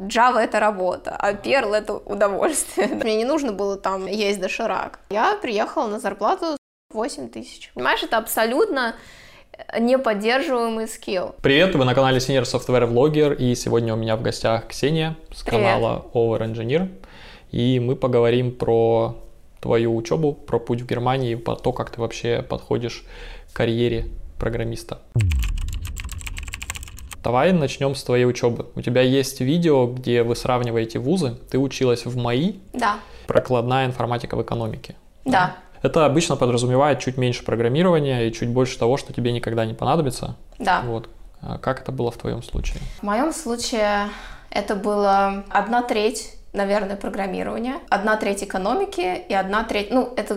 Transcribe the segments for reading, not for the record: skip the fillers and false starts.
Java — это работа, а Perl — это удовольствие. Мне не нужно было там есть доширак. Я приехала на зарплату 8 тысяч. Понимаешь, это абсолютно неподдерживаемый скилл. Привет, вы на канале Senior Software Vlogger, и сегодня у меня в гостях Ксения с канала Over Engineer, и мы поговорим про твою учебу, про путь в Германии, про то, как ты вообще подходишь к карьере программиста. Давай начнем с твоей учебы. У тебя есть видео, где вы сравниваете вузы. Ты училась в МАИ. Да. Прикладная информатика в экономике. Да. Это обычно подразумевает чуть меньше программирования и чуть больше того, что тебе никогда не понадобится. Да. Вот. А как это было в твоем случае? В моем случае это было 1/3, наверное, программирования, 1/3 экономики и 1/3, это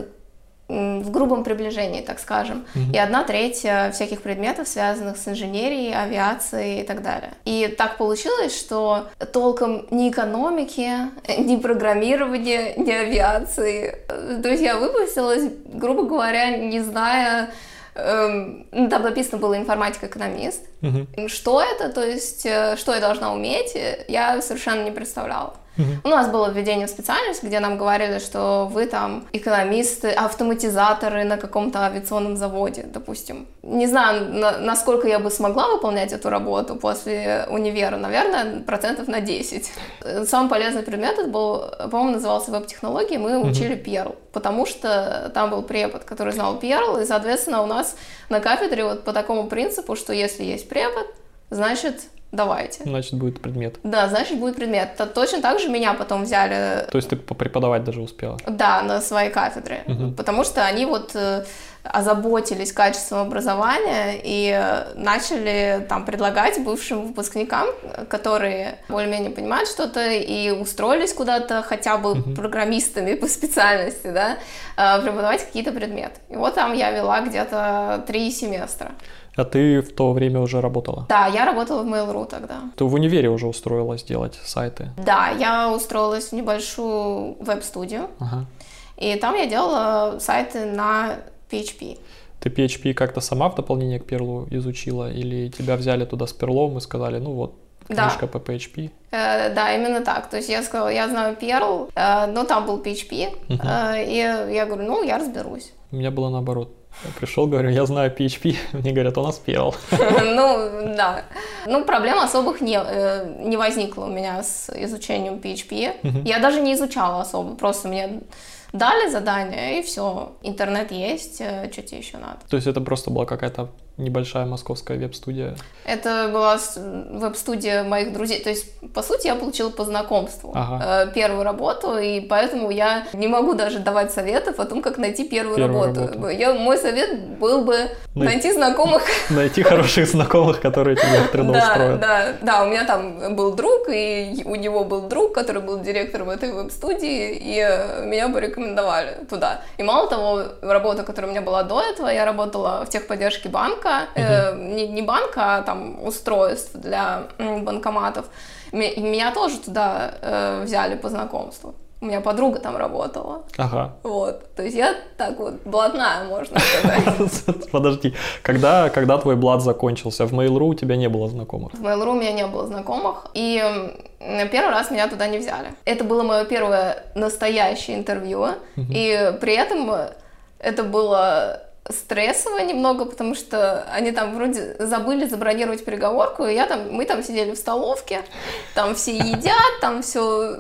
в грубом приближении, так скажем, и 1/3 всяких предметов, связанных с инженерией, авиацией и так далее. И так получилось, что толком ни экономики, ни программирования, ни авиации. То есть я выпустилась, грубо говоря, не зная. Там написано было информатик-экономист. Что это, то есть, что я должна уметь, я совершенно не представляла. У нас было введение в специальность, где нам говорили, что вы там экономисты, автоматизаторы на каком-то авиационном заводе, допустим. Не знаю, насколько я бы смогла выполнять эту работу после универа, наверное, 10%. Самый полезный предмет это был, по-моему, назывался веб-технологии, мы учили Perl, потому что там был препод, который знал Perl, и, соответственно, у нас на кафедре вот по такому принципу, что если есть препод, значит... Давайте. Значит, будет предмет. Да, значит, будет предмет. Точно так же меня потом взяли... То есть ты попреподавать даже успела? Да, на своей кафедре. Потому что они озаботились качеством образования и начали там предлагать бывшим выпускникам, которые более-менее понимают что-то и устроились куда-то хотя бы программистами по специальности, да, преподавать какие-то предметы. И вот там я вела где-то 3 семестра. А ты в то время уже работала? Да, я работала в Mail.ru тогда. Ты в универе уже устроилась делать сайты? Да, я устроилась в небольшую веб-студию, и там я делала сайты на PHP. Ты PHP как-то сама в дополнение к Perl изучила, или тебя взяли туда с Perl и сказали, книжка по PHP? Да, именно так. То есть я сказала, я знаю Perl, но там был PHP, и я говорю, я разберусь. У меня было наоборот. Я пришел, говорю, я знаю PHP, мне говорят, у нас Perl. Да. Проблем особых не возникло у меня с изучением PHP. Я даже не изучала особо, просто мне дали задание, и все. Интернет есть, что тебе еще надо. То есть это просто была какая-то небольшая московская веб-студия? Это была веб-студия моих друзей. То есть, по сути, я получила по знакомству первую работу, и поэтому я не могу даже давать советов о том, как найти первую работу. Мой совет был бы найти знакомых. Найти хороших знакомых, которые тебя трудоустроят. Да, у меня там был друг, и у него был друг, который был директором этой веб-студии, и меня бы рекомендовали туда. И мало того, работа, которая у меня была до этого, я работала в техподдержке банка, не банка, а там устройств для банкоматов. Меня тоже туда взяли по знакомству. У меня подруга там работала. Вот. То есть я так вот блатная, можно сказать. Подожди, когда твой блат закончился? В Mail.ru у тебя не было знакомых? В Mail.ru у меня не было знакомых, и первый раз меня туда не взяли. Это было мое первое настоящее интервью, и при этом это было... стрессово немного, потому что они там вроде забыли забронировать переговорку, и мы там сидели в столовке, все едят, там все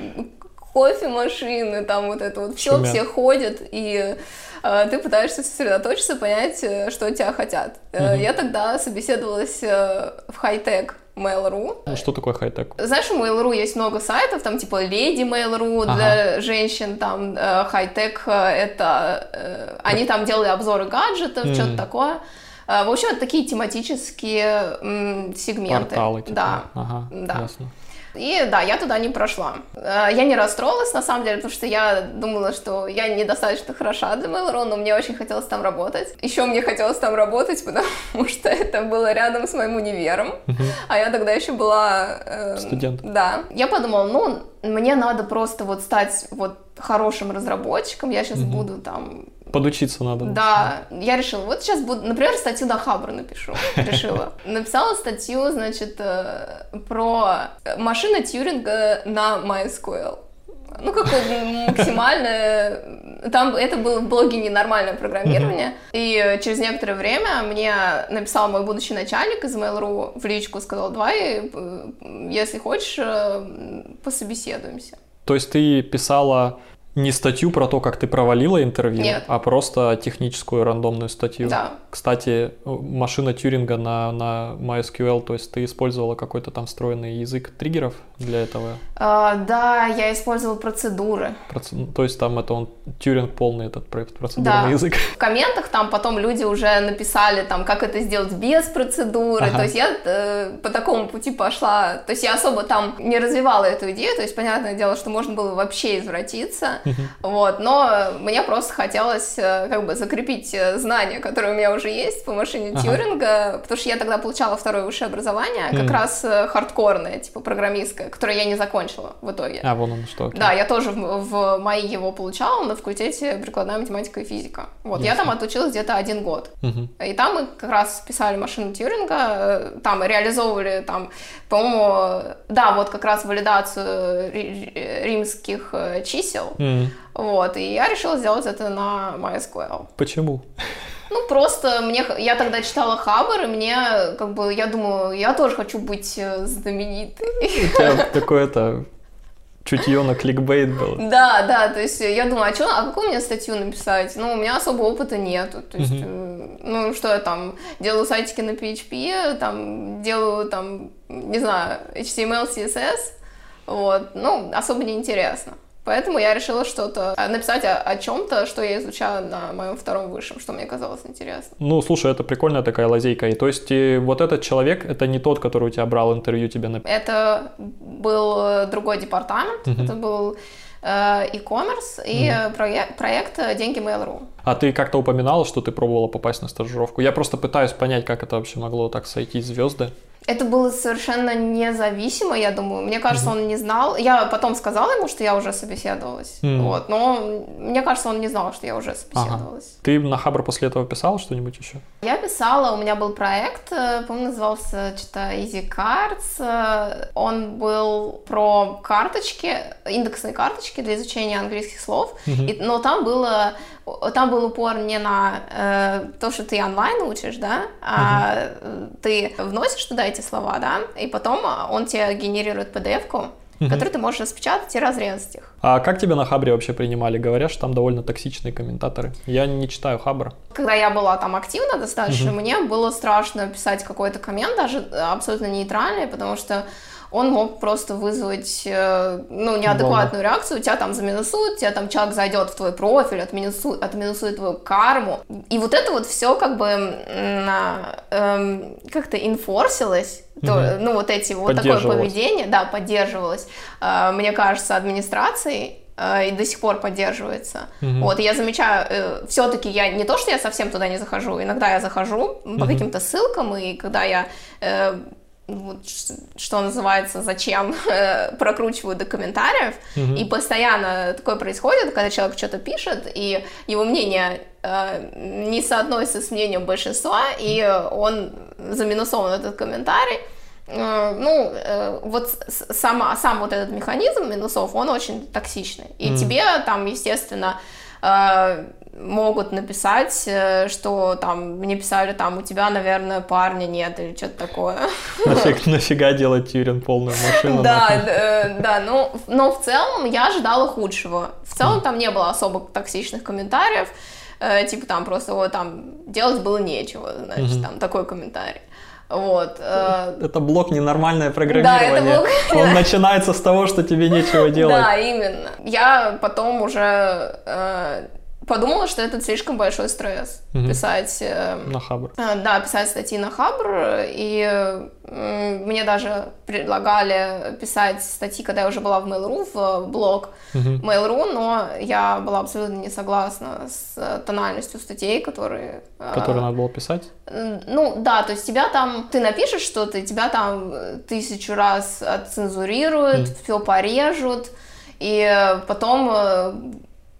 кофемашины, там вот это вот все ходят, и ты пытаешься сосредоточиться, понять, что от тебя хотят. Я тогда собеседовалась в хай-тек Mail.ru. Что такое хай-тек? Знаешь, у Mail.ru есть много сайтов, там типа Lady Mail.ru для женщин, там хай-тек, это они там делали обзоры гаджетов, что-то такое. В общем, это такие тематические сегменты. Порталы, типа. Да. Ясно. И да, я туда не прошла. Я не расстроилась, на самом деле, потому что я думала, что я недостаточно хороша для Mail.ru, но мне очень хотелось там работать. Еще мне хотелось там работать, потому что это было рядом с моим универом, а я тогда еще была... студентом. Да. Я подумала, мне надо просто стать хорошим разработчиком, я сейчас буду там Подучиться надо. Да, я решила, вот сейчас буду, например, статью на Хабр напишу, решила. Написала статью, значит, про машину Тьюринга на MySQL. Ну, как максимально... Там это было в блоге «Ненормальное программирование». И через некоторое время мне написал мой будущий начальник из Mail.ru в личку, сказал, давай, если хочешь, пособеседуемся. То есть ты писала не статью про то, как ты провалила интервью, Нет. а просто техническую рандомную статью? Да. Кстати, машина Тьюринга на MySQL, то есть ты использовала какой-то там встроенный язык триггеров для этого? Да, я использовала процедуры. То есть там это он Тьюринг полный, этот процедурный язык? В комментах там потом люди уже написали, там, как это сделать без процедуры. То есть я по такому пути пошла. То есть я особо там не развивала эту идею. То есть понятное дело, что можно было вообще извратиться. Вот, но мне просто хотелось как бы закрепить знания, которые у меня уже есть по машине Тьюринга, потому что я тогда получала второе высшее образование, как раз хардкорное, типа программистское, которое я не закончила в итоге. Вон оно что. Да, я тоже в МАИ его получала на факультете прикладная математика и физика. Вот, я там отучилась где-то 1 год. И там мы как раз писали машину Тьюринга, там реализовывали, там, по-моему, да, вот как раз валидацию римских чисел. Вот, и я решила сделать это на MySQL. Почему? Ну, просто я тогда читала Хабр, и мне, как бы, я думаю, я тоже хочу быть знаменитой. У тебя такое-то чутье на кликбейт было. Да, то есть я думаю, а какую мне статью написать? Ну, у меня особо опыта нету, то есть, ну, что я там, делаю сайтики на PHP, там, делаю, там, не знаю, HTML, CSS, вот, ну, особо не интересно. Поэтому я решила что-то написать о чем-то, что я изучаю на моем втором высшем, что мне казалось интересно. Ну, слушай, это прикольная такая лазейка. И то есть вот этот человек, это не тот, который у тебя брал интервью тебе на... Это был другой департамент, это был e-commerce и проект «Деньги Mail.ru». А ты как-то упоминала, что ты пробовала попасть на стажировку? Я просто пытаюсь понять, как это вообще могло так сойтись звезды. Это было совершенно независимо, я думаю. Мне кажется, он не знал. Я потом сказала ему, что я уже собеседовалась. Вот, но мне кажется, он не знал, что я уже собеседовалась. Ты на Хабр после этого писала что-нибудь еще? Я писала, у меня был проект, по-моему, назывался что-то Easy Cards. Он был про карточки, индексные карточки для изучения английских слов. Но там был упор не на то, что ты онлайн учишь, да, а ты вносишь туда эти слова, да, и потом он тебе генерирует PDF-ку, которую ты можешь распечатать и разрезать их. А как тебя на Хабре вообще принимали? Говорят, что там довольно токсичные комментаторы. Я не читаю Хабр. Когда я была там активна достаточно, мне было страшно писать какой-то коммент, даже абсолютно нейтральный, потому что он мог просто вызвать, неадекватную реакцию, тебя там заминусуют, тебя там человек зайдет в твой профиль, отминусует твою карму. И вот это вот все как бы как-то инфорсилось, вот такое поведение, да, поддерживалось, мне кажется, администрацией, и до сих пор поддерживается. Вот, и я замечаю, все-таки я не то, что я совсем туда не захожу, иногда я захожу по каким-то ссылкам, и когда я что называется, зачем, прокручиваю до комментариев, и постоянно такое происходит, когда человек что-то пишет, и его мнение не соотносится с мнением большинства, и он заминусован этот комментарий. Вот сам вот этот механизм минусов, он очень токсичный. И тебе там, естественно, могут написать, что там, мне писали, там, у тебя, наверное, парня нет, или что-то такое. Нафига делать Тьюринг полную машину? Да, но в целом я ожидала худшего. В целом там не было особо токсичных комментариев, типа там просто там делать было нечего, значит, там такой комментарий. Вот. Это блок «Ненормальное программирование». Да, это блок... Он начинается с того, что тебе нечего делать. Да, именно. Я потом уже подумала, что это слишком большой стресс писать... на Хабр. Да, писать статьи на Хабр, и мне даже предлагали писать статьи, когда я уже была в Mail.ru, в блог Mail.ru, но я была абсолютно не согласна с тональностью статей, которые... Которые надо было писать? Ну, да, то есть тебя там... Ты напишешь что-то, и тебя там 1000 раз отцензурируют, все порежут, и потом...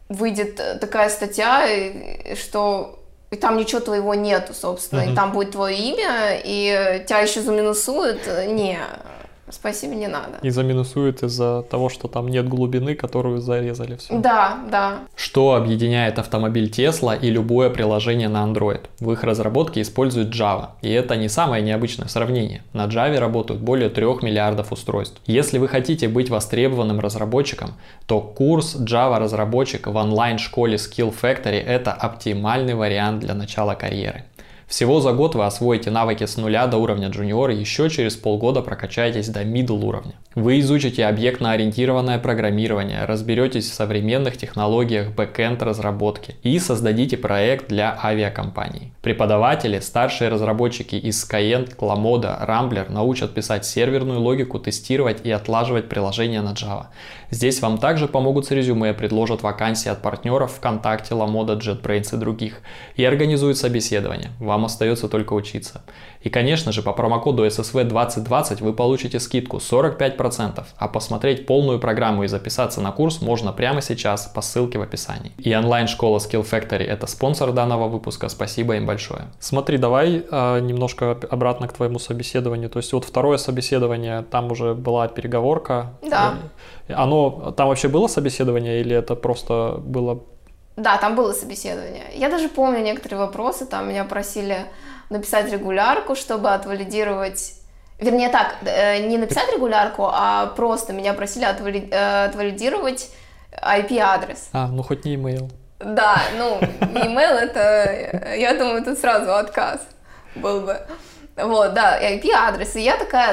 выйдет такая статья, что и там ничего твоего нету, собственно, и там будет твое имя, и тебя еще заминусуют. Не, спасибо, не надо. И заминусуют из-за того, что там нет глубины, которую зарезали все. Да. Что объединяет автомобиль Tesla и любое приложение на Android? В их разработке используют Java. И это не самое необычное сравнение. На Java работают более 3 миллиардов устройств. Если вы хотите быть востребованным разработчиком, то курс Java разработчик в онлайн-школе Skill Factory – это оптимальный вариант для начала карьеры. Всего за год вы освоите навыки с нуля до уровня джуниора и еще через полгода прокачаетесь до middle уровня. Вы изучите объектно-ориентированное программирование, разберетесь в современных технологиях бэкэнд разработки и создадите проект для авиакомпаний. Преподаватели, старшие разработчики из Skyeng, Lamoda, Rambler научат писать серверную логику, тестировать и отлаживать приложения на Java. Здесь вам также помогут с резюме, предложат вакансии от партнеров ВКонтакте, Lamoda, JetBrains и других и организуют собеседование. Вам остается только учиться. И, конечно же, по промокоду SSV 2020 вы получите скидку 45%, а посмотреть полную программу и записаться на курс можно прямо сейчас по ссылке в описании. И онлайн-школа Skill Factory – это спонсор данного выпуска, спасибо им большое. Смотри, давай немножко обратно к твоему собеседованию. То есть вот второе собеседование, там уже была переговорка. Да. Там вообще было собеседование или это просто было... Да, там было собеседование. Я даже помню некоторые вопросы, там меня просили написать регулярку, чтобы отвалидировать... Вернее так, не написать регулярку, а просто меня просили отвалидировать IP-адрес. Ну хоть не email. Да, email это, я думаю, тут сразу отказ был бы. Вот, да, IP-адрес. И я такая,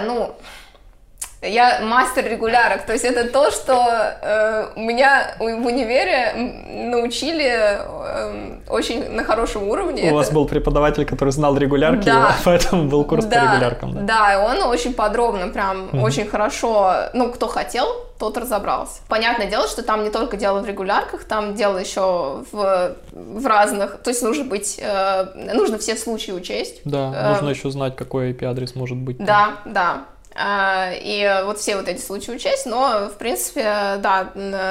я мастер регулярок, то есть это то, что меня в универе научили очень на хорошем уровне. У вас был преподаватель, который знал регулярки, да. Поэтому был курс по регуляркам. Да, и он очень подробно, прям очень хорошо, кто хотел, тот разобрался. Понятное дело, что там не только дело в регулярках, там дело еще в разных, то есть нужно все случаи учесть. Да, нужно еще знать, какой IP-адрес может быть. Да. И вот все вот эти случаи учесть, но, в принципе, да,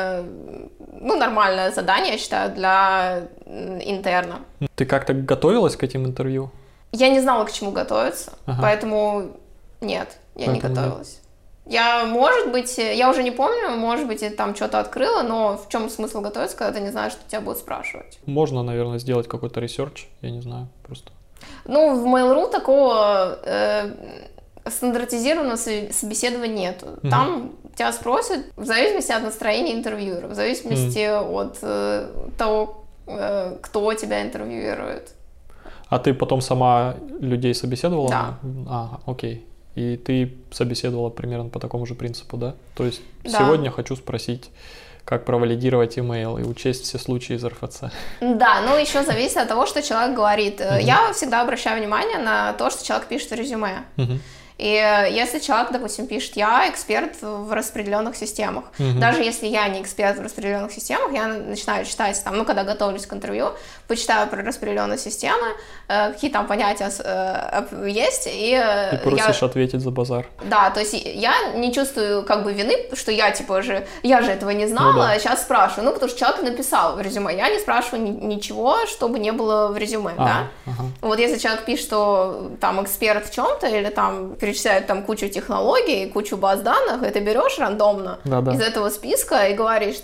нормальное задание, я считаю, для интерна. Ты как-то готовилась к этим интервью? Я не знала, к чему готовиться, поэтому нет, я не готовилась. Я уже не помню, может быть, я там что-то открыла, но в чем смысл готовиться, когда ты не знаешь, что тебя будут спрашивать? Можно, наверное, сделать какой-то ресерч, я не знаю, просто. В Mail.ru такого... стандартизированного собеседования нету. Там тебя спросят в зависимости от настроения интервьюера, в зависимости от того, кто тебя интервьюирует. А ты потом сама людей собеседовала? Да. Окей. И ты собеседовала примерно по такому же принципу, да? То есть да. Сегодня хочу спросить, как провалидировать email и учесть все случаи из РФЦ. Да, еще зависит от того, что человек говорит. Я всегда обращаю внимание на то, что человек пишет в резюме. И если человек, допустим, пишет, я эксперт в распределенных системах, даже если я не эксперт в распределенных системах, я начинаю читать, когда готовлюсь к интервью, почитаю про распределенные системы, какие там понятия есть, и просишь ответить за базар. Да, то есть я не чувствую вины, что я же этого не знала, а сейчас спрашиваю, потому что человек написал в резюме, я не спрашиваю ничего, чтобы не было в резюме, да? Вот если человек пишет, что там эксперт в чем-то, или там перечисляют там кучу технологий, кучу баз данных, и ты берешь рандомно из этого списка и говоришь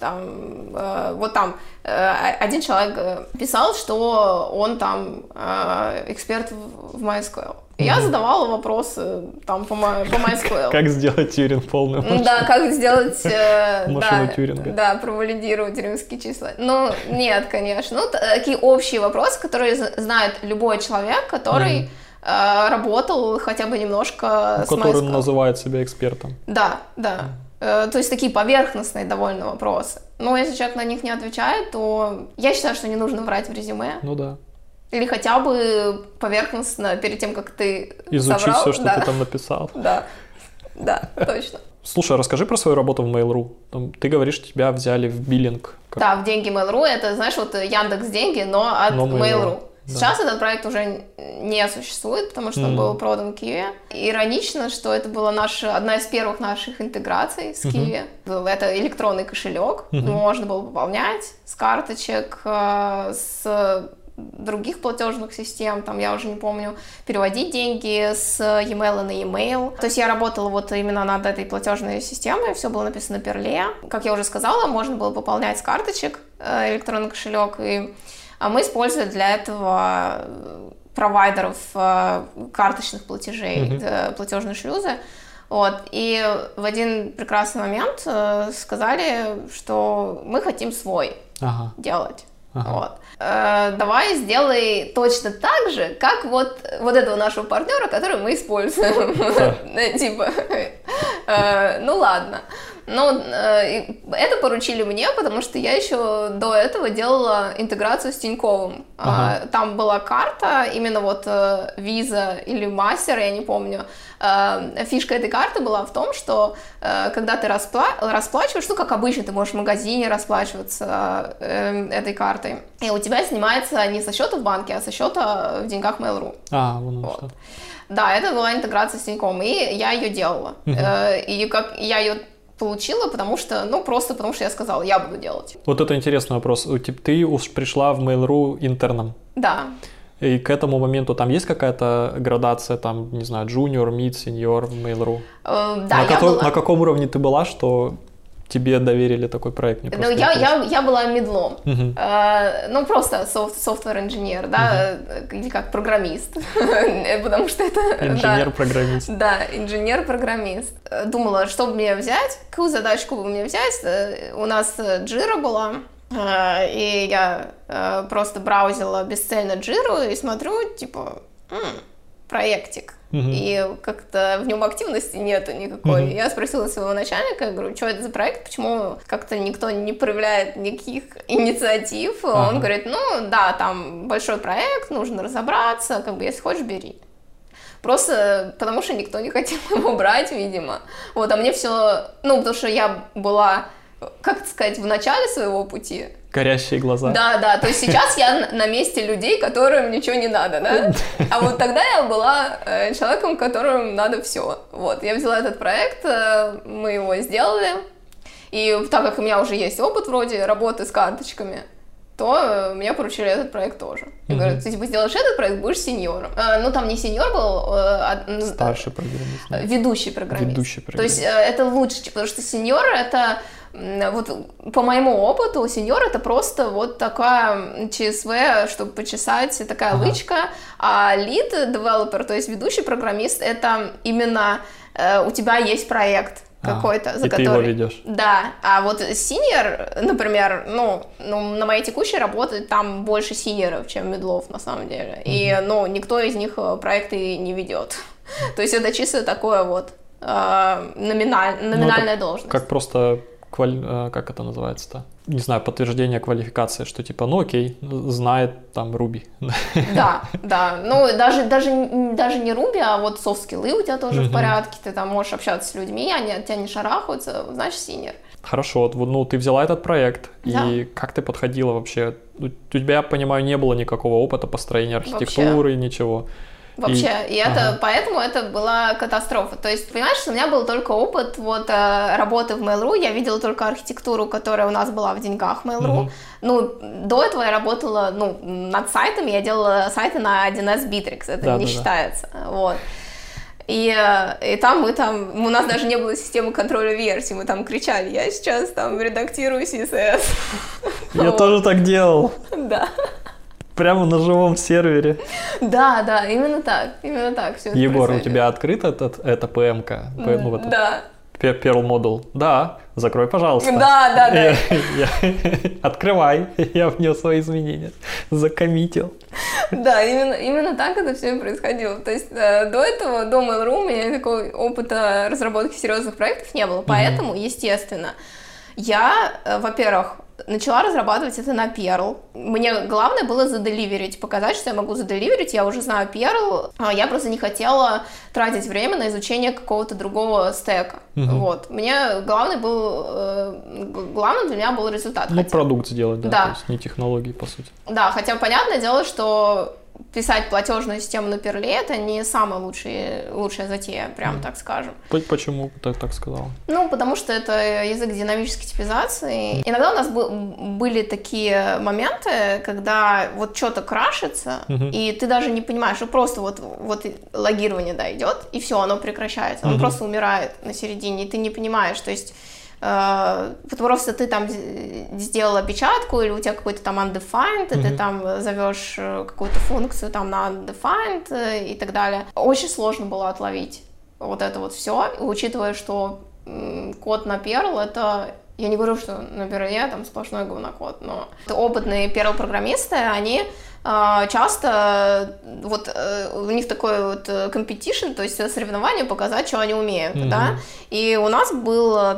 один человек писал, что он там эксперт в MySQL. И я задавала вопросы там по MySQL. Как сделать Тьюринг полную машину? Да, как сделать... машину Тьюринга. Да, провалидировать тьюрингские числа. Нет, конечно. Такие общие вопросы, которые знает любой человек, который... работал хотя бы немножко с MySQL. Который называет себя экспертом. Да. То есть такие поверхностные довольно вопросы. Но если человек на них не отвечает, то я считаю, что не нужно врать в резюме. Да. Или хотя бы поверхностно, перед тем, как ты изучить все, что ты там написал. Да, точно. Слушай, расскажи про свою работу в Mail.ru. Ты говоришь, тебя взяли в биллинг. Да, в деньги Mail.ru. Это, знаешь, Яндекс деньги, но от Mail.ru. Сейчас этот проект уже не существует, потому что он был продан Kiwi. Иронично, что это была одна из первых наших интеграций с Kiwi. Это электронный кошелек, можно было пополнять с карточек, с других платежных систем, там я уже не помню, переводить деньги с e-mail на e-mail. То есть я работала вот именно над этой платежной системой, все было написано на Perl. Как я уже сказала, можно было пополнять с карточек электронный кошелек, а мы использовали для этого провайдеров карточных платежей, платежные шлюзы. Вот. И в один прекрасный момент сказали, что мы хотим свой делать. Вот. Давай сделай точно так же, как вот этого нашего партнера, который мы используем. Типа, ну ладно. Но это поручили мне, потому что я еще до этого делала интеграцию с Тиньковым. Там была карта, именно вот Visa или Master, я не помню. Фишка этой карты была в том, что когда ты расплачиваешь, ну, как обычно, ты можешь в магазине расплачиваться этой картой, и у тебя снимается не со счета в банке, а со счета в деньгах Mail.ru. Вот. Что. Да, это была интеграция с Тиньковым, и я ее делала. И как я ее получила, потому что я сказала, я буду делать. Вот это интересный вопрос. Ты уж пришла в Mail.ru интерном. Да. И к этому моменту там есть какая-то градация, там, не знаю, junior, mid, senior в Mail.ru? Да, на каком уровне ты была, что тебе доверили такой проект? Я была медлом. Просто software-инженер, да, или как программист, потому что это... Инженер-программист. Да, инженер-программист. Думала, что бы мне взять, какую задачку бы мне взять. У нас Jira была, и я просто браузила бесцельно Jira и смотрю, типа, проектик. И как-то в нем активности нету никакой. Я спросила своего начальника, я говорю, что это за проект, почему как-то никто не проявляет никаких инициатив. Он говорит, ну да, там большой проект, нужно разобраться, как бы если хочешь, бери. Просто потому что никто не хотел его брать, видимо. Вот, а мне все, потому что я была, как сказать, в начале своего пути. Горящие глаза. Да, то есть сейчас я на месте людей, которым ничего не надо, да? А вот тогда я была человеком, которому надо все. Вот, я взяла этот проект, мы его сделали, и так как у меня уже есть опыт вроде работы с карточками, то мне поручили этот проект тоже. И говорят, ты типа сделаешь этот проект, будешь сеньором. Там не сеньор был, старший программист. Ведущий программист. То есть это лучше, потому что сеньор это... Вот по моему опыту, сеньор это просто вот такая ЧСВ, чтобы почесать, такая лычка, а lead developer, то есть ведущий программист, это именно у тебя есть проект какой-то, за который... ты его ведешь. Да, а вот senior, например, на моей текущей работе там больше синьоров, чем медлов на самом деле, и никто из них проекты не ведет. То есть это чисто такое вот номинальная должность. Как просто... как это называется-то? Не знаю, подтверждение квалификации, что типа, окей, знает там Ruby. Да, даже не Ruby, а вот софт-скиллы у тебя тоже в порядке, ты там можешь общаться с людьми, они от тебя не шарахаются, значит, синьор. Хорошо, ты взяла этот проект, и как ты подходила вообще? У тебя, я понимаю, не было никакого опыта построения архитектуры, ничего. Вообще, поэтому это была катастрофа. То есть, понимаешь, у меня был только опыт работы в Mail.ru, я видела только архитектуру, которая у нас была в деньгах Mail.ru. До этого я работала, над сайтами, я делала сайты на 1С Bittrex, это не считается, вот. И там у нас даже не было системы контроля версий, мы там кричали, я сейчас там редактирую CSS. Я тоже так делал. Да. Прямо на живом сервере. Да, именно так все это Егор, происходит. у тебя открыта эта PM-ка? Да. Perl Model. Да, закрой, пожалуйста. Да. Открывай, я внес свои изменения, закоммитил. Да, именно так это все и происходило. То есть до этого, до Mail.ru у меня такого опыта разработки серьезных проектов не было, поэтому, естественно, я, во-первых, начала разрабатывать это на Perl. Мне главное было заделиверить, показать, что я могу заделиверить, я уже знаю Perl, я просто не хотела тратить время на изучение какого-то другого стека. Вот. Главное для меня был результат. Продукт сделать, да, то есть не технологии, по сути. Да, хотя понятное дело, что писать платежную систему на Перле — это не самая лучшая затея, прям так скажем. Почему ты так сказала? Ну, потому что это язык динамической типизации. Иногда у нас были такие моменты, когда вот что-то крашится, и ты даже не понимаешь, что просто вот логирование, да, идет, и все, оно прекращается. Оно просто умирает на середине, и ты не понимаешь, то есть просто ты там сделал опечатку, или у тебя какой-то там undefined, и ты там зовешь какую-то функцию там на undefined и так далее. Очень сложно было отловить вот это вот все, учитывая, что код на Perl — это... Я не говорю, что на Perl там сплошной говнокод, но опытные Perl-программисты, они часто вот у них такой вот competition, то есть соревнование показать, что они умеют, да, и у нас были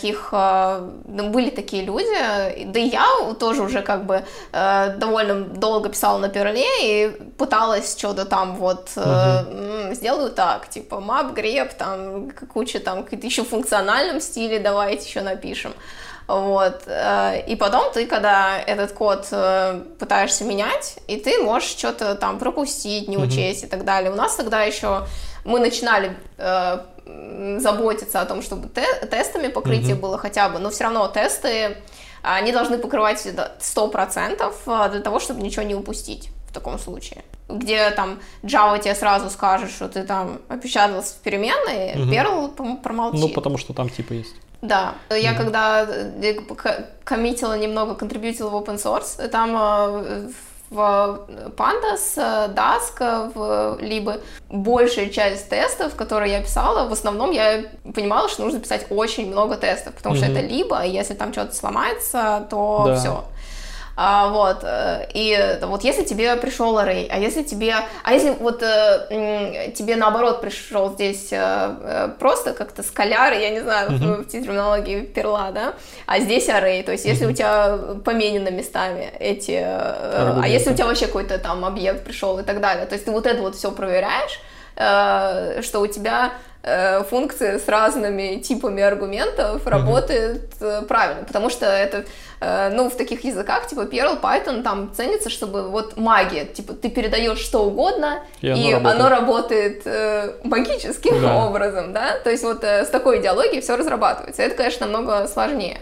такие люди, да и я тоже уже как бы довольно долго писала на Перле и пыталась что-то там вот сделаю так, типа map, grep, там куча там какие-то еще в функциональном стиле, давайте еще напишем. Вот. И потом ты, когда этот код пытаешься менять, и ты можешь что-то там пропустить, не учесть и так далее. У нас тогда еще мы начинали заботиться о том, чтобы тестами покрытие было хотя бы, но все равно тесты, они должны покрывать 100% для того, чтобы ничего не упустить в таком случае. Где там Java тебе сразу скажет, что ты там опечатался в переменной, Perl промолчит. Ну, потому что там типа есть. Да, я когда коммитила немного, контрибьютила в open source, там в Pandas, Dask, в Libby большая часть тестов, которые я писала, в основном я понимала, что нужно писать очень много тестов, потому что это Libby, и если там что-то сломается, то все. Вот, и вот если тебе пришел array, а если вот тебе наоборот пришел здесь просто как-то скаляр, я не знаю, в терминологии перла, да, а здесь array, то есть если у тебя поменены местами эти, а если у тебя вообще какой-то там объект пришел и так далее, то есть ты вот это вот все проверяешь, что у тебя функции с разными типами аргументов работает правильно, потому что это, ну, в таких языках, типа Perl, Python, там ценится, чтобы вот магия, типа ты передаешь что угодно, и оно работает магическим образом, да, то есть вот с такой идеологией все разрабатывается, это, конечно, намного сложнее.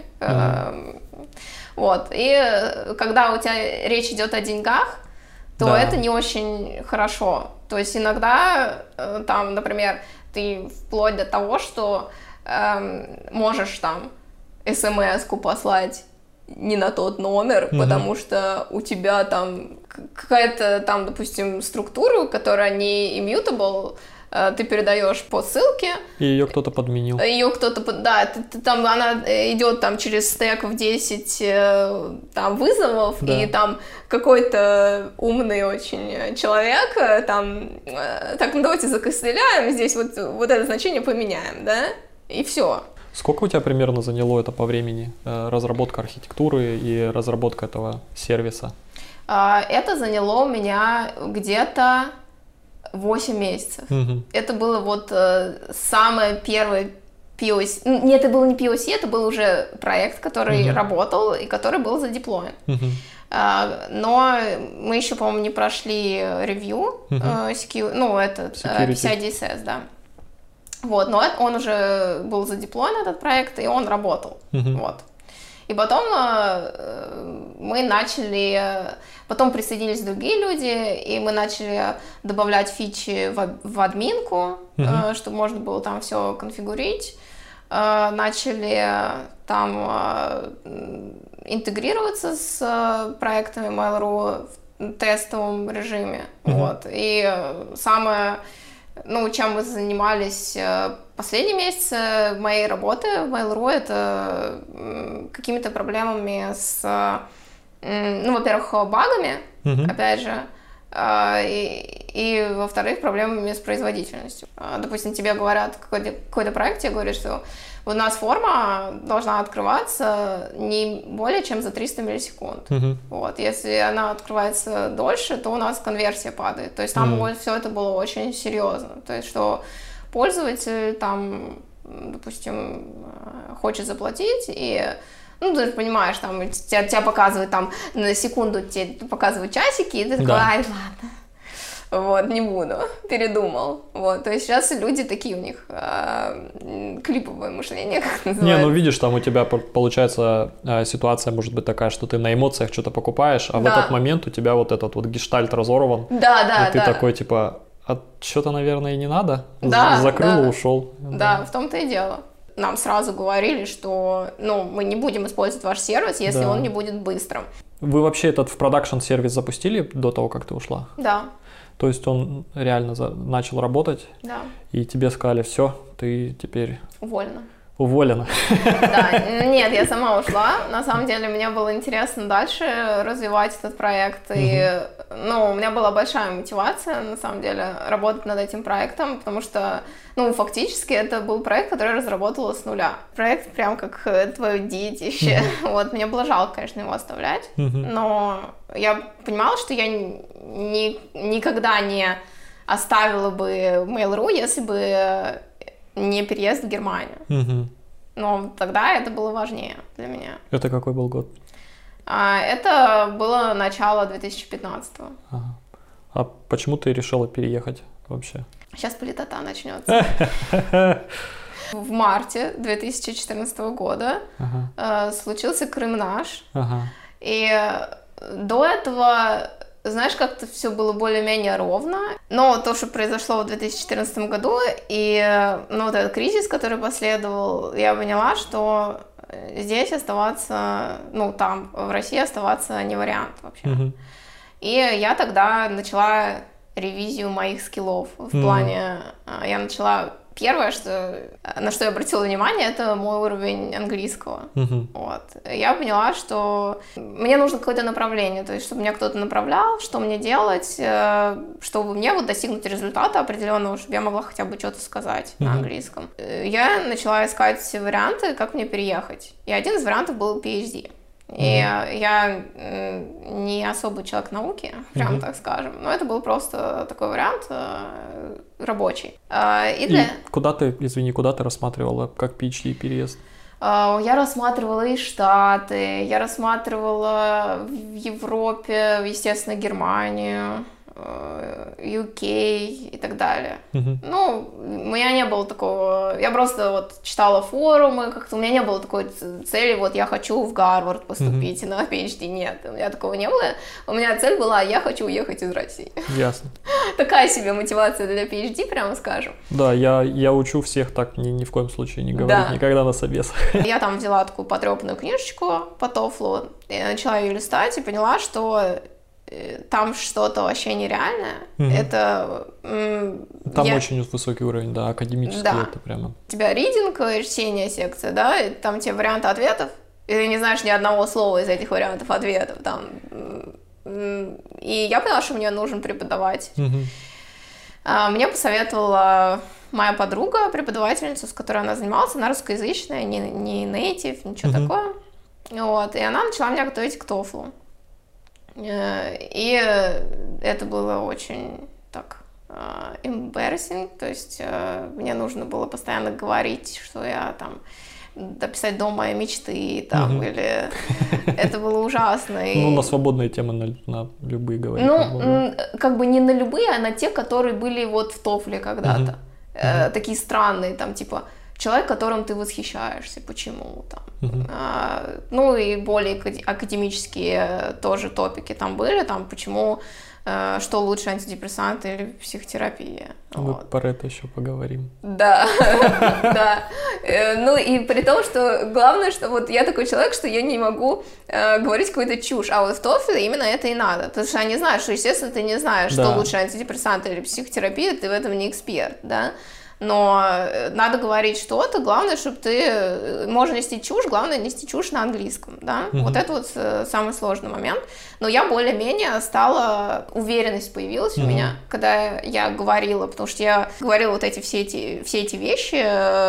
Вот, и когда у тебя речь идет о деньгах, то это не очень хорошо, то есть иногда там, например, ты вплоть до того, что можешь там смс-ку послать не на тот номер, потому что у тебя там какая-то там, допустим, структура, которая не immutable, ты передаешь по ссылке. И ее кто-то подменил. Ее кто-то, да, там она идет там через стэк в 10 там вызовов, и там какой-то умный очень человек там, так, ну давайте закостыляем, здесь вот это значение поменяем, да, и все. Сколько у тебя примерно заняло это по времени, разработка архитектуры и разработка этого сервиса? Это заняло у меня где-то 8 месяцев. Это было вот самое первое POC. Нет, это был не POC, это был уже проект, который работал и который был задеплоен. Но мы еще, по-моему, не прошли ревью, ну, это PCI DSS, да. Вот, но он уже был задеплоен, этот проект, и он работал. Вот. И потом мы начали, потом присоединились другие люди, и мы начали добавлять фичи в админку, чтобы можно было там все конфигурить. Начали там интегрироваться с проектами Mail.ru в тестовом режиме. Вот. И самое, ну, чем мы занимались последние месяцы моей работы в Mail.ru, это какими-то проблемами с, ну, во-первых, багами, опять же, и во-вторых, проблемами с производительностью. Допустим, тебе говорят, какой-то проект тебе говорит, что у нас форма должна открываться не более чем за 300 миллисекунд. Вот. Если она открывается дольше, то у нас конверсия падает. То есть там все это было очень серьезно. То есть что пользователь там, допустим, хочет заплатить, и, ну, ты же понимаешь, там тебя показывают там на секунду, тебе показывают часики, и ты такой, ай, ладно. Вот, не буду, передумал. Вот, то есть сейчас люди такие у них клиповое мышление, как называется. Не, ну видишь, там у тебя получается ситуация может быть такая, что ты на эмоциях что-то покупаешь, а в этот момент у тебя вот этот вот гештальт разорван. Да, и ты такой типа, а что-то, наверное, и не надо. Закрыл и ушел. Да, в том-то и дело. Нам сразу говорили, что мы не будем использовать ваш сервис, если он не будет быстрым. Вы вообще этот в продакшн-сервис запустили до того, как ты ушла? Да. То есть он реально начал работать? Да. И тебе сказали, все, ты теперь... Уволена. Да, нет, я сама ушла. На самом деле мне было интересно дальше развивать этот проект. И, у меня была большая мотивация, на самом деле, работать над этим проектом, потому что, фактически это был проект, который я разработала с нуля. Проект прям как твое детище. Вот, мне было жалко, конечно, его оставлять, но я понимала, что я никогда не оставила бы Mail.ru, если бы не переезд в Германию. Но тогда это было важнее для меня. Это какой был год? Это было начало 2015-го. Ага. А почему ты решила переехать вообще? Сейчас политота начнется. В марте 2014 года случился Крым наш. И до этого... Знаешь, как-то все было более-менее ровно, но то, что произошло в 2014 году, и вот этот кризис, который последовал, я поняла, что здесь оставаться, там, в России оставаться не вариант вообще. И я тогда начала ревизию моих скиллов в плане, я начала... Первое, на что я обратила внимание, это мой уровень английского. Вот. Я поняла, что мне нужно какое-то направление, то есть чтобы меня кто-то направлял, что мне делать, чтобы мне достигнуть результата определенного, чтобы я могла хотя бы что-то сказать на английском. Я начала искать варианты, как мне переехать. И один из вариантов был PhD. И я не особый человек науки, прям так скажем, но это был просто такой вариант рабочий. Куда ты рассматривала как PhD переезд? Я рассматривала и Штаты, я рассматривала в Европе, естественно, Германию, UK и так далее. У меня не было такого... Я просто читала форумы, как-то у меня не было такой цели, я хочу в Гарвард поступить на PhD. Нет, у меня такого не было. У меня цель была, я хочу уехать из России. Ясно. Такая себе мотивация для PhD, прямо скажем. Да, я учу всех так ни в коем случае не говорить, никогда на собесах. Я там взяла такую потрепанную книжечку по TOEFL, и начала ее листать и поняла, что там что-то вообще нереальное. Это... Там очень высокий уровень, да, академический, это прямо... У тебя ридинг, чтение секция, да, и там тебе варианты ответов, и ты не знаешь ни одного слова из этих вариантов ответов, там. И я поняла, что мне нужен преподаватель. Мне посоветовала моя подруга, преподавательница, с которой она занималась, она русскоязычная, не native, ничего такое. Вот, и она начала меня готовить к TOEFL. И это было очень так embarrassing, то есть мне нужно было постоянно говорить, что я там дописать дом моей мечты, там, или это было ужасно. На свободные темы, на любые говорить. Как бы не на любые, а на те, которые были в TOEFL когда-то. Такие странные, там, типа, человек, которым ты восхищаешься, почему там. И более академические тоже топики там были, там, почему, что лучше, антидепрессанты или психотерапия. Мы про это еще поговорим. Да, да. И при том, что главное, что я такой человек, что я не могу говорить какую-то чушь, а в TOEFL именно это и надо, потому что они знают, что, естественно, ты не знаешь, что лучше, антидепрессанты или психотерапия, ты в этом не эксперт, да. Но надо говорить что-то, главное, чтобы ты... Можно нести чушь, главное нести чушь на английском, да? Вот это самый сложный момент. Но я более-менее стала... Уверенность появилась у меня, когда я говорила, потому что я говорила все эти вещи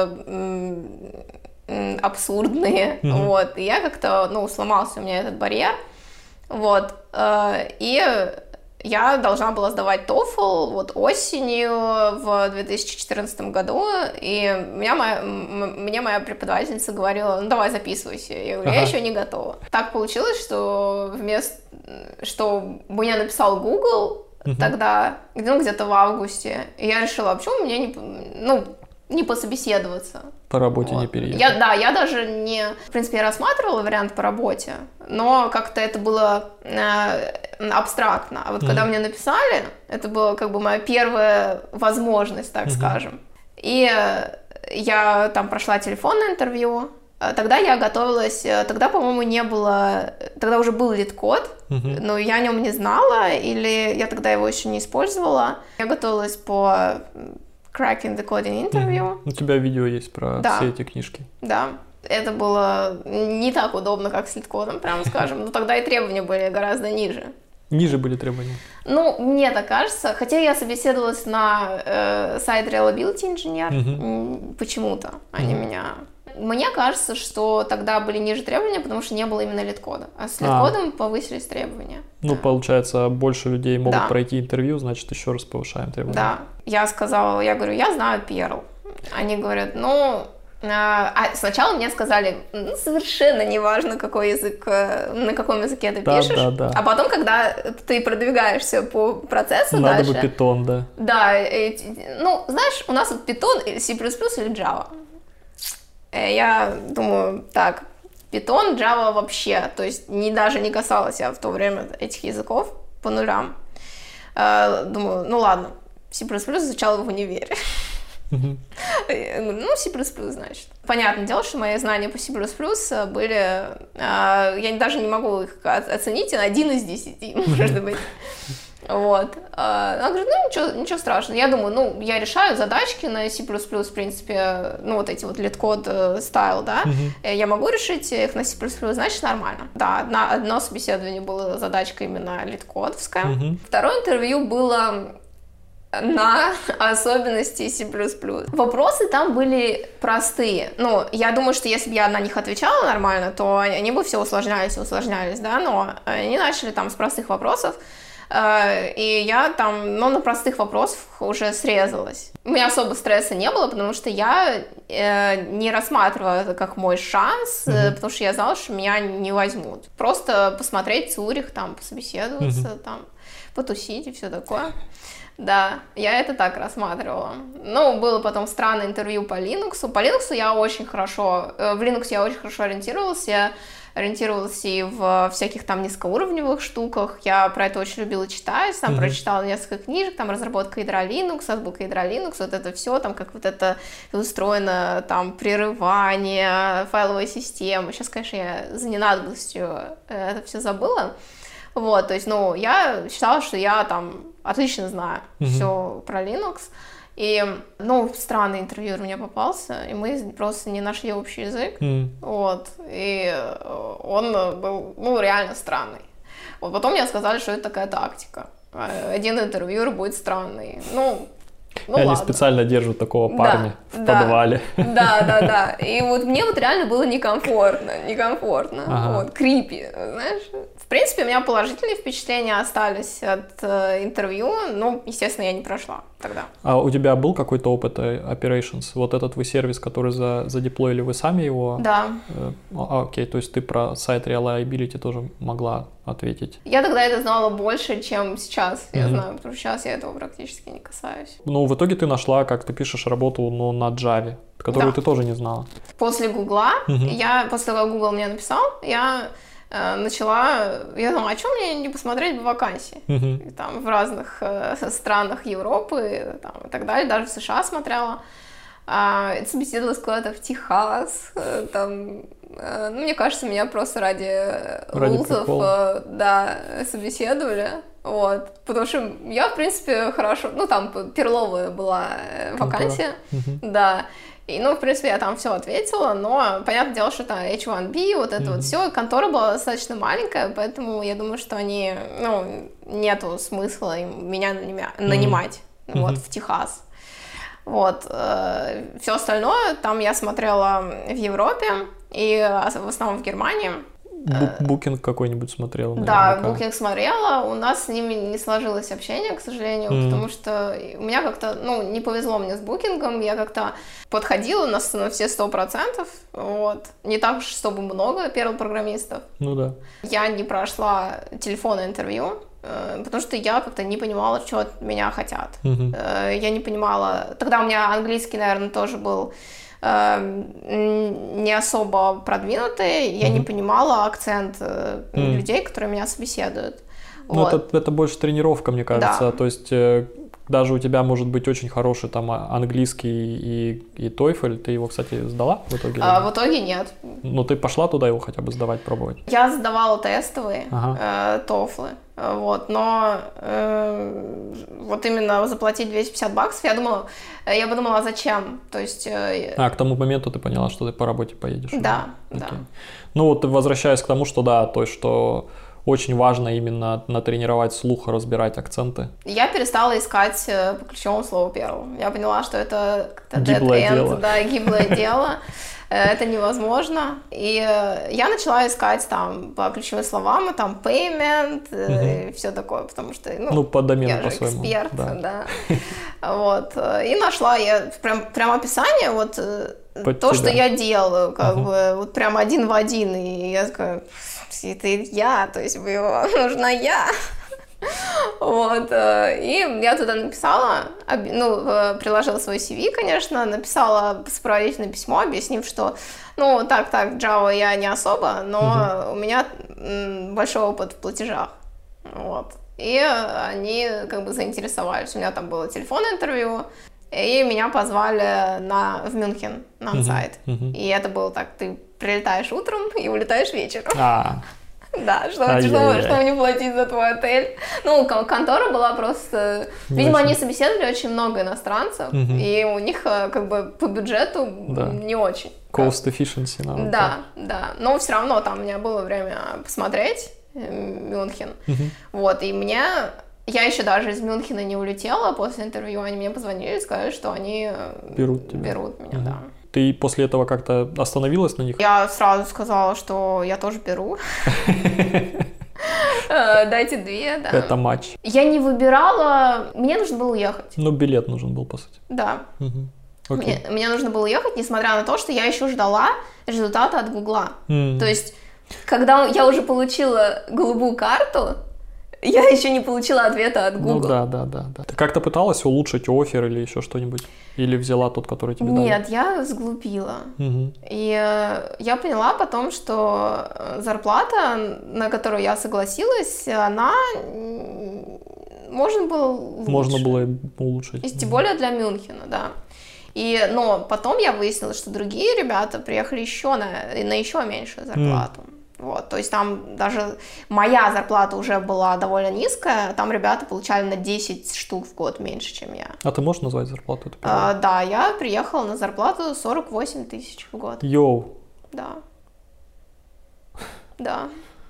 абсурдные, вот. И я как-то, сломался у меня этот барьер, вот. И... Я должна была сдавать TOEFL осенью в 2014 году, и мне моя преподавательница говорила, давай записывайся. Я говорю, я еще не готова. Так получилось, что что мне написал Google, тогда, где-то в августе. И я решила, а почему мне не пособеседоваться? По работе не переехать. Я даже в принципе, я рассматривала вариант по работе, но как-то это было абстрактно. А вот когда мне написали, это была как бы моя первая возможность, так скажем. И я там прошла телефонное интервью. Тогда я готовилась, тогда, по-моему, не было, тогда уже был лид-код, но я о нем не знала, или я тогда его еще не использовала. Я готовилась по Cracking the Coding интервью. У тебя видео есть про все эти книжки. Да, это было не так удобно, как с лид-кодом, прямо скажем, но тогда и требования были гораздо ниже. Ниже были требования? Ну, мне так кажется, хотя я собеседовалась на Site Reliability Engineer, почему-то они меня... Мне кажется, что тогда были ниже требования, потому что не было именно лид-кода. А с лид-кодом повысились требования. Ну, получается, больше людей могут пройти интервью, значит, еще раз повышаем требования. Да. Я говорю, я знаю Perl. Они говорят, сначала мне сказали, совершенно неважно, какой язык, на каком языке ты пишешь. Да. А потом, когда ты продвигаешься по процессу надо дальше... бы Python, да. Да. Знаешь, у нас вот Python, C++ или Java. Я думаю, так, Python, Java вообще, то есть даже не касалась я в то время этих языков по нулям. Думаю, ладно, C++ изучала в универе. C++, значит. Понятное дело, что мои знания по C++ были, я даже не могу их оценить, 1 из 10, может быть. Вот. Она говорит, ничего страшного. Я думаю, я решаю задачки на C++, в принципе, вот эти вот лид-код стайл, да, я могу решить их на C++, значит, нормально. Да, одно собеседование было задачка именно лид-кодовская. Второе интервью было на особенности C++. Вопросы там были простые. Я думаю, что если бы я на них отвечала нормально, то они бы все усложнялись, да, но они начали там с простых вопросов. И я там, на простых вопросах уже срезалась. У меня особо стресса не было, потому что я не рассматривала это как мой шанс, потому что я знала, что меня не возьмут. Просто посмотреть Цюрих, там, пособеседоваться, там, потусить и все такое. Да, я это так рассматривала. Было потом странное интервью по Linux. По Linux я очень хорошо, в Linux я очень хорошо ориентировалась. Я ориентировалась и в всяких там низкоуровневых штуках. Я про это очень любила читать, там прочитала несколько книжек, там разработка ядра Linux, азбука ядра Linux, вот это все, там как вот это устроено, там прерывание, файловая система. Сейчас, конечно, я за ненадобностью это все забыла. Вот, то есть, я считала, что я там отлично знаю все про Linux. И, странный интервьюер мне попался, и мы просто не нашли общий язык. Вот, и он был, реально странный. Вот потом мне сказали, что это такая тактика. Один интервьюер будет странный. И они специально держат такого парня в подвале. Да. И вот мне реально было некомфортно. Вот, крипи, знаешь. В принципе, у меня положительные впечатления остались от интервью, но, естественно, я не прошла тогда. А у тебя был какой-то опыт operations? Вот этот вы сервис, который задеплоили, вы сами его? Да. Окей, то есть ты про Site Reliability тоже могла ответить? Я тогда это знала больше, чем сейчас, я знаю, потому что сейчас я этого практически не касаюсь. В итоге ты нашла, как ты пишешь, работу, на Java, которую ты тоже не знала. После Гугла, после того, как Google мне написал, я думала, а что мне не посмотреть бы вакансии? Там в разных странах Европы там, и так далее, даже в США смотрела. Собеседовалась куда-то в Техас, там, мне кажется, меня просто ради рулзов, собеседовали, вот, потому что я, в принципе, хорошо, там перловая была вакансия, да, и, в принципе, я там все ответила, но, понятное дело, что это H1B, вот это вот все, контора была достаточно маленькая, поэтому я думаю, что они, нету смысла меня нанимать, вот, в Техас. Вот, все остальное там я смотрела в Европе и в основном в Германии. Букинг какой-нибудь смотрела? Да, Букинг смотрела, у нас с ними не сложилось общение, к сожалению, потому что у меня как-то, не повезло мне с Букингом, я как-то подходила на все 100%, вот, не так уж чтобы много Perl программистов. Да. Я не прошла телефонное интервью, потому что я как-то не понимала, что от меня хотят. Я не понимала... Тогда у меня английский, наверное, тоже был не особо продвинутый, я не понимала акцент людей, которые меня собеседуют. Ну, вот. Это больше тренировка, мне кажется, да. То есть даже у тебя может быть очень хороший там английский и TOEFL, ты его, кстати, сдала в итоге? В итоге нет. Ну, ты пошла туда его хотя бы сдавать, пробовать? Я сдавала тестовые TOEFL, вот, но вот именно заплатить $250, я подумала, а зачем? То есть... к тому моменту ты поняла, что ты по работе поедешь? Да, да. Ну, вот возвращаясь к тому, что да, то есть, что... Очень важно именно натренировать слух, разбирать акценты. Я перестала искать по ключевому слову первому. Я поняла, что это гиблое дело. Да, гиблое дело. Это невозможно. И я начала искать там по ключевым словам, там payment и все такое, потому что, по домену я по-своему. Я же эксперт, да. Вот. И нашла я прям описание, вот то, что я делаю, как бы, вот прям один в один. И я такая... Это я, то есть нужна я. Вот, и я туда написала, приложила свой CV, конечно, написала сопроводительное письмо, объяснив, что, так, Java я не особо, но у меня большой опыт в платежах, вот. И они как бы заинтересовались, у меня там было телефонное интервью, и меня позвали в Мюнхен на онсайт. И это было так, ты прилетаешь утром и улетаешь вечером. Да, что мне платить за твой отель. Контора была просто... Видимо, они собеседовали очень много иностранцев, и у них как бы по бюджету не очень. Cost efficiency, наверное. Да. Но все равно там у меня было время посмотреть Мюнхен. Вот, и я еще даже из Мюнхена не улетела после интервью, они мне позвонили и сказали, что они берут меня, да. Ты после этого как-то остановилась на них? Я сразу сказала, что я тоже беру. Дайте 2, да. Это матч. Я не выбирала, мне нужно было уехать. Билет нужен был, по сути. Да. Мне нужно было уехать, несмотря на то, что я еще ждала результата от Гугла. То есть, когда я уже получила голубую карту, я еще не получила ответа от Google. Да. Ты как-то пыталась улучшить оффер или еще что-нибудь? Или взяла тот, который тебе дали? Нет, я сглупила. И я поняла потом, что зарплата, на которую я согласилась, она... Можно было улучшить. И тем более для Мюнхена, да. Но потом я выяснила, что другие ребята приехали еще на еще меньшую зарплату. Вот, то есть там даже моя зарплата уже была довольно низкая, там ребята получали на 10 штук в год меньше, чем я. А ты можешь назвать зарплату? Да, я приехала на зарплату 48 тысяч в год. Йоу! Да.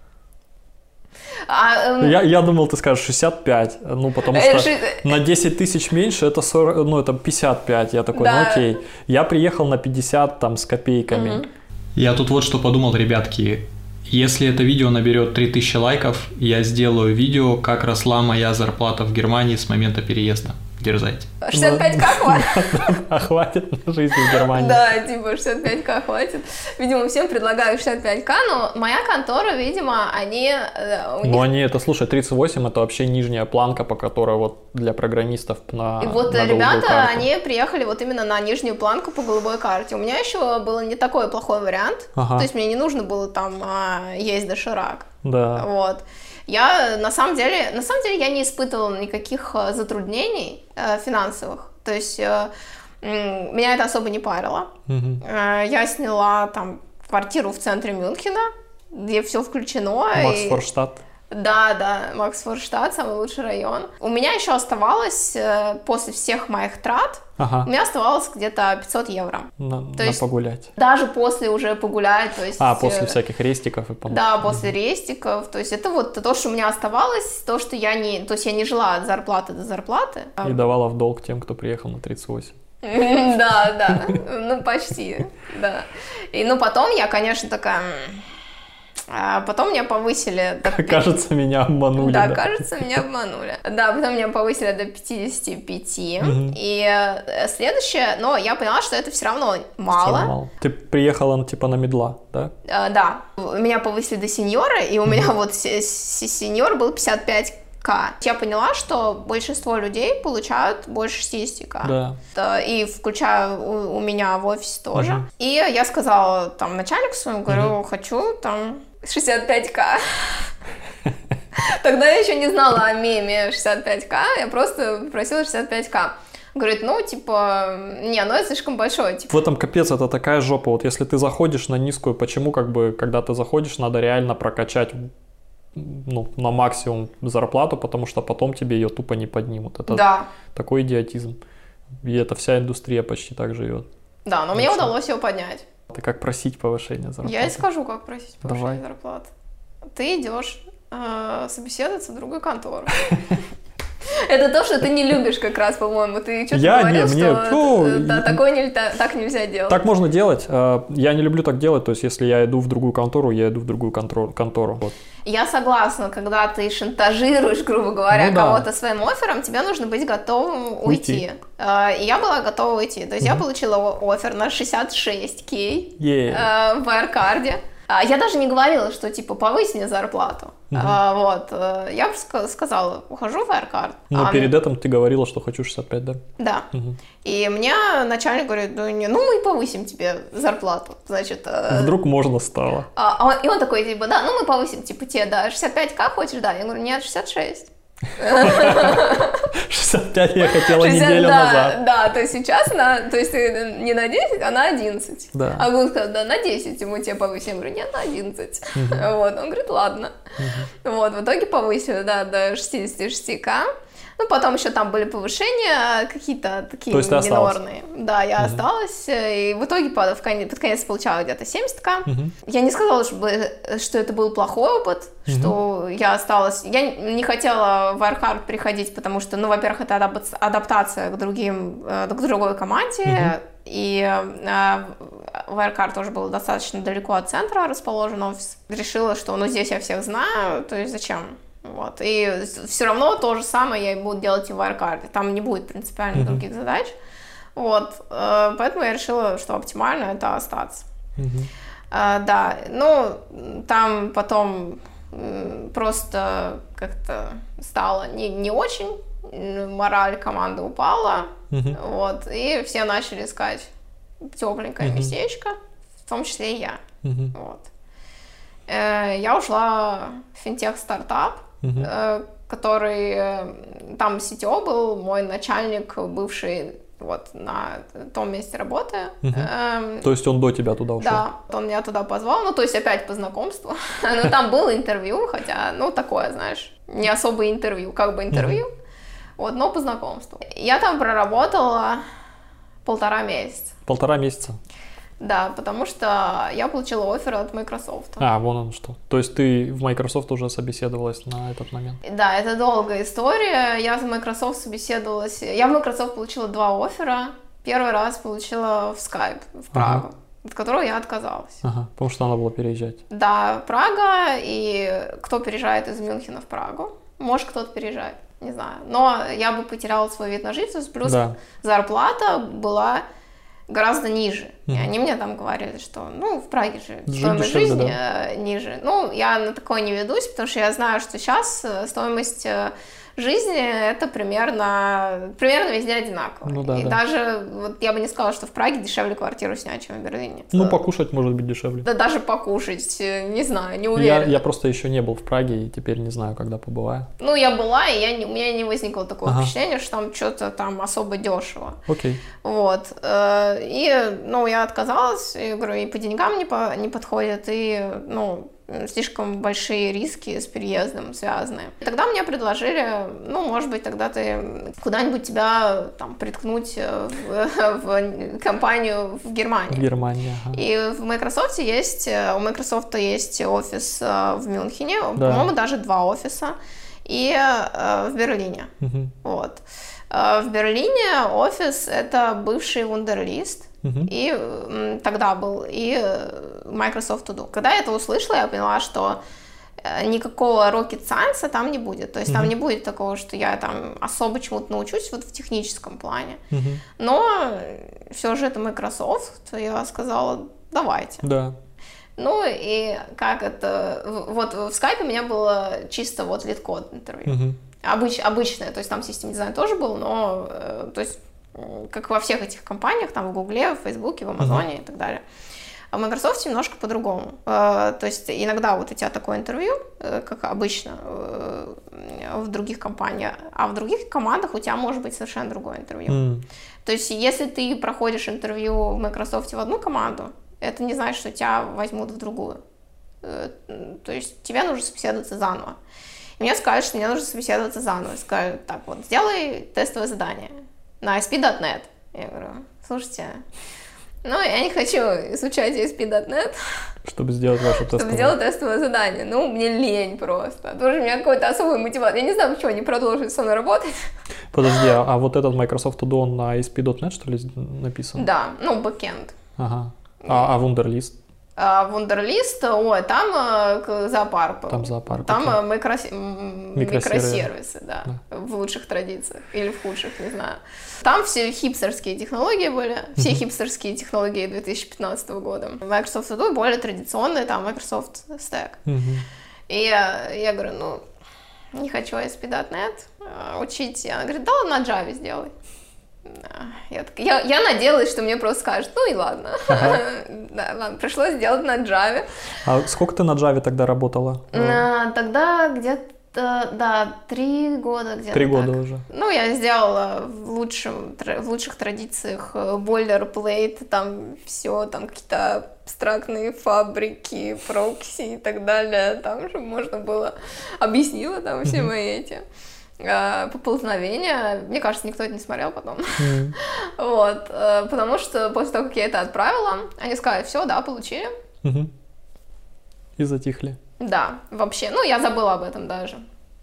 Я думал, ты скажешь 65, потому что на 10 тысяч меньше это 40, это 55. Я такой, окей. Я приехал на 50 там с копейками. Я тут вот что подумал, ребятки. Если это видео наберет 3000 лайков, я сделаю видео, как росла моя зарплата в Германии с момента переезда. Дерзайте. 65к хватит? Хватит на жизнь в Германии. Да, 65к хватит. Видимо, всем предлагаю 65к, но моя контора, видимо, они... слушай, 38 это вообще нижняя планка, по которой вот для программистов на И вот ребята, они приехали вот именно на нижнюю планку по голубой карте. У меня еще был не такой плохой вариант, то есть мне не нужно было там есть доширак. Да. Вот. Я на самом деле я не испытывала никаких затруднений финансовых, то есть меня это особо не парило. Я сняла там квартиру в центре Мюнхена, где все включено. Максфорштадт. Да, Максфорштадт, самый лучший район. У меня еще оставалось, после всех моих трат, у меня оставалось где-то 500 евро. На погулять. Даже после уже погулять, то есть... после всяких рестиков и Да, после рестиков, то есть это вот то, что у меня оставалось, то, что я не жила от зарплаты до зарплаты. И давала в долг тем, кто приехал на 38. Да, почти, да. И потом я, конечно, такая... А потом меня повысили до... Кажется, меня обманули. Да, кажется, меня обманули. Да, потом меня повысили до 55. И следующее, но я поняла, что это все равно мало. Ты приехала на медла, да? Да. Меня повысили до сеньора, и у меня вот сеньор был 55 К. Я поняла, что большинство людей получают больше 60К. Да. И включая у меня в офисе тоже. И я сказала там начальнику своему, говорю, хочу там 65К. Тогда я еще не знала о меме 65К, я просто просила 65К. Говорит, ну, типа, не, ну это слишком большое. Типа. В этом капец, это такая жопа. Вот если ты заходишь на низкую, почему, как бы, когда ты заходишь, надо реально прокачать, ну, на максимум зарплату, потому что потом тебе ее тупо не поднимут. Это такой идиотизм. И это вся индустрия почти так живет. Да, но мне удалось его поднять. Ты как просить повышения зарплаты? Я и скажу, как просить повышения зарплаты. Ты идешь собеседоваться в другую контору. Это то, что ты не любишь как раз, по-моему. Ты что-то говорил, что так нельзя делать. Так можно делать. Я не люблю так делать. То есть, если я иду в другую контору, я иду в другую контору. Вот. Я согласна, когда ты шантажируешь, грубо говоря, кого-то своим оффером, тебе нужно быть готовым уйти. И я была готова уйти. То есть, я получила оффер на 66К в Wirecard. Я даже не говорила, что, типа, повысь мне зарплату. Вот. Я бы сказала, ухожу в Wirecard. Но перед этим ты говорила, что хочу 65, да? Да. И мне начальник говорит, ну мы повысим тебе зарплату. Значит... Вдруг можно стало. И он такой, типа, да, ну мы повысим, типа, тебе, да, 65К хочешь, да? Я говорю, нет, 66. 65 я хотела неделю назад. Да, то есть сейчас то есть не на 10, а на 11. Да. А он сказал, да, на 10 мы тебе повысим. Я говорю, нет, на 11. Вот, он говорит, ладно. Вот, в итоге повысили, да, до 66К. Ну, потом еще там были повышения какие-то такие минорные. Да, я осталась, и в итоге под конец получала где-то 70К. Я не сказала, что это был плохой опыт, что я осталась... Я не хотела в Wirecard приходить, потому что, ну, во-первых, это адаптация к другой команде, и Wirecard тоже был достаточно далеко от центра расположен офис. Решила, что, ну, здесь я всех знаю, то есть зачем? Вот. И все равно то же самое я буду делать и в Wirecard. Там не будет принципиально других задач. Вот. Поэтому я решила, что оптимально это остаться. Да. Ну, там потом просто как-то стало не очень. Мораль команды упала. Вот. И все начали искать тепленькое местечко, в том числе и я. Вот. Я ушла в финтех-стартап, который, там CTO был, мой начальник, бывший вот на том месте работы. То есть он до тебя туда ушел? Да, он меня туда позвал, ну то есть опять по знакомству. Ну там было интервью, хотя, ну такое, знаешь, не особо интервью, как бы интервью, вот, но по знакомству. Я там проработала 1,5 месяца. 1,5 месяца? Да, потому что я получила оффер от Microsoft. Вон оно что. То есть ты в Microsoft уже собеседовалась на этот момент? Да, это долгая история. Я в Microsoft собеседовалась. Я в Microsoft получила 2 оффера. Первый раз получила в Skype, в Прагу, от которого я отказалась. Потому что надо было переезжать. Да, Прага, и кто переезжает из Мюнхена в Прагу? Может, кто-то переезжает, не знаю. Но я бы потеряла свой вид на жительство, плюс зарплата была гораздо ниже. И они мне там говорили, что, ну, в Праге же стоимость жизни ниже. Ну, я на такое не ведусь, потому что я знаю, что сейчас стоимость жизни это примерно везде одинаково. Ну, да, и даже, вот я бы не сказала, что в Праге дешевле квартиру снять, чем в Берлине. Ну, покушать может быть дешевле. Да даже покушать, не знаю, не уверена. Я просто еще не был в Праге, и теперь не знаю, когда побываю. Ну, я была, и у меня не возникло такого впечатления, что там что-то там особо дешево. Окей. Вот. И, ну, я отказалась, и, говорю, и по деньгам не подходит, и, ну, слишком большие риски с переездом связаны. Тогда мне предложили, ну, может быть, тогда ты куда-нибудь тебя там приткнуть в компанию в Германии. В Германии, И в Microsoft у Microsoft есть офис в Мюнхене, по-моему, даже 2 офиса, и в Берлине. Вот. В Берлине офис — это бывший Wunderlist, и тогда был, и Microsoft To Do. Когда я это услышала, я поняла, что никакого rocket science там не будет. То есть там не будет такого, что я там особо чему-то научусь вот в техническом плане. Но все же это Microsoft, я сказала, давайте. Да. Ну и как это... Вот в Skype у меня было чисто вот лид-код интервью. обычное, то есть там систем дизайн тоже был, но, то есть, как во всех этих компаниях, там в Гугле, в Фейсбуке, в Амазоне и так далее. А в Microsoft немножко по-другому. То есть иногда вот у тебя такое интервью, как обычно в других компаниях, а в других командах у тебя может быть совершенно другое интервью. То есть если ты проходишь интервью в Microsoft в одну команду, это не значит, что тебя возьмут в другую. То есть тебе нужно собеседоваться заново. И мне сказали, что мне нужно собеседоваться заново. Сказали, так вот, сделай тестовое задание на ASP.NET. Я говорю, слушайте... Ну, я не хочу изучать ASP.NET. Чтобы сделать ваше тестовое. Чтобы сделать тестовое задание. Ну, мне лень просто. Тоже у меня какой-то особый мотиватор. Я не знаю, почему они продолжили со мной работать. Подожди, а вот этот Microsoft To Do, он на ASP.NET, что ли, написан? Да, ну, бэкэнд. Ага. А Wunderlist? Wunderlist, там зоопарк. Там зоопарк. Там микросервисы, да, в лучших традициях или в худших, не знаю. Там все хипстерские технологии были, все хипстерские технологии 2015 года. Microsoft To Do более традиционные, там Microsoft Stack. И я говорю, ну, не хочу ASP.NET учить. Она говорит, да, на Java сделай. Я надеялась, что мне просто скажут, ну и ладно. Да, ладно, пришлось сделать на Java. А сколько ты на Java тогда работала? Тогда где-то, да, 3 года где-то. 3 года уже. Ну, я сделала в лучших традициях boilerplate, там все, там какие-то абстрактные фабрики, прокси и так далее, там, чтобы можно было объяснила там все мои эти... поползновения. Мне кажется, никто это не смотрел потом. Вот. Потому что после того, как я это отправила, они сказали, все, да, получили. И затихли. Да, вообще. Ну, я забыла об этом даже.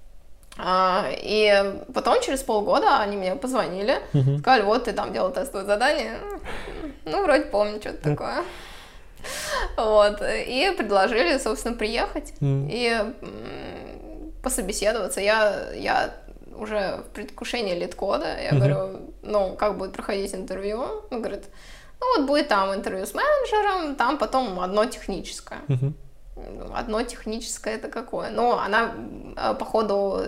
И потом, через полгода, они мне позвонили, сказали, вот, ты там делал тестовое задание. Ну, вроде помню, что-то такое. Вот. И предложили, собственно, приехать и пособеседоваться. Я уже в предвкушении лид-кода, я говорю, ну, как будет проходить интервью? Он говорит, ну, вот будет там интервью с менеджером, там потом одно техническое. Одно техническое это какое? Но она, походу,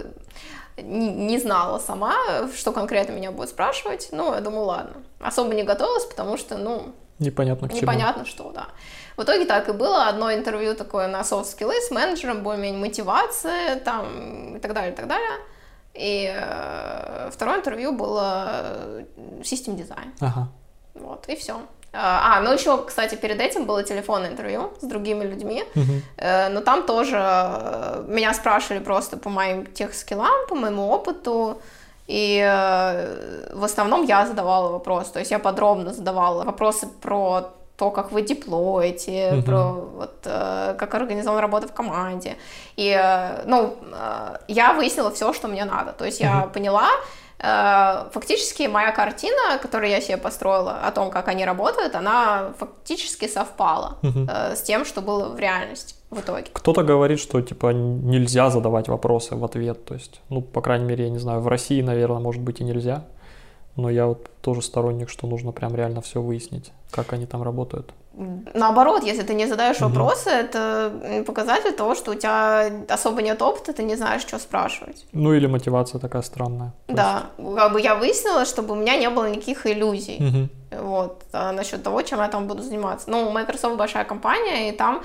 не знала сама, что конкретно меня будет спрашивать. Ну, я думаю, ладно. Особо не готовилась, потому что, ну... Непонятно к чему. Непонятно что, да. В итоге так и было. Одно интервью такое на софт-скиллы с менеджером, более-менее мотивация, там, и так далее, и так далее. И второе интервью было систем дизайн. Вот, и все. Ну еще, кстати, перед этим было телефонное интервью с другими людьми, но там тоже меня спрашивали просто по моим техскиллам, по моему опыту, и в основном я задавала вопросы, то есть я подробно задавала вопросы про то, как вы деплоите, про вот, как организована работа в команде. И, ну, я выяснила все, что мне надо. То есть я поняла, фактически моя картина, которую я себе построила о том, как они работают, она фактически совпала с тем, что было в реальности в итоге. Кто-то говорит, что типа нельзя задавать вопросы в ответ. То есть, ну, по крайней мере, я не знаю, в России, наверное, может быть и нельзя. Но я вот тоже сторонник, что нужно прям реально все выяснить, как они там работают. Наоборот, если ты не задаешь вопросы, это показатель того, что у тебя особо нет опыта, ты не знаешь, что спрашивать. Ну или мотивация такая странная. Да, как бы я выяснила, чтобы у меня не было никаких иллюзий вот, насчет того, чем я там буду заниматься. Ну, Microsoft большая компания, и там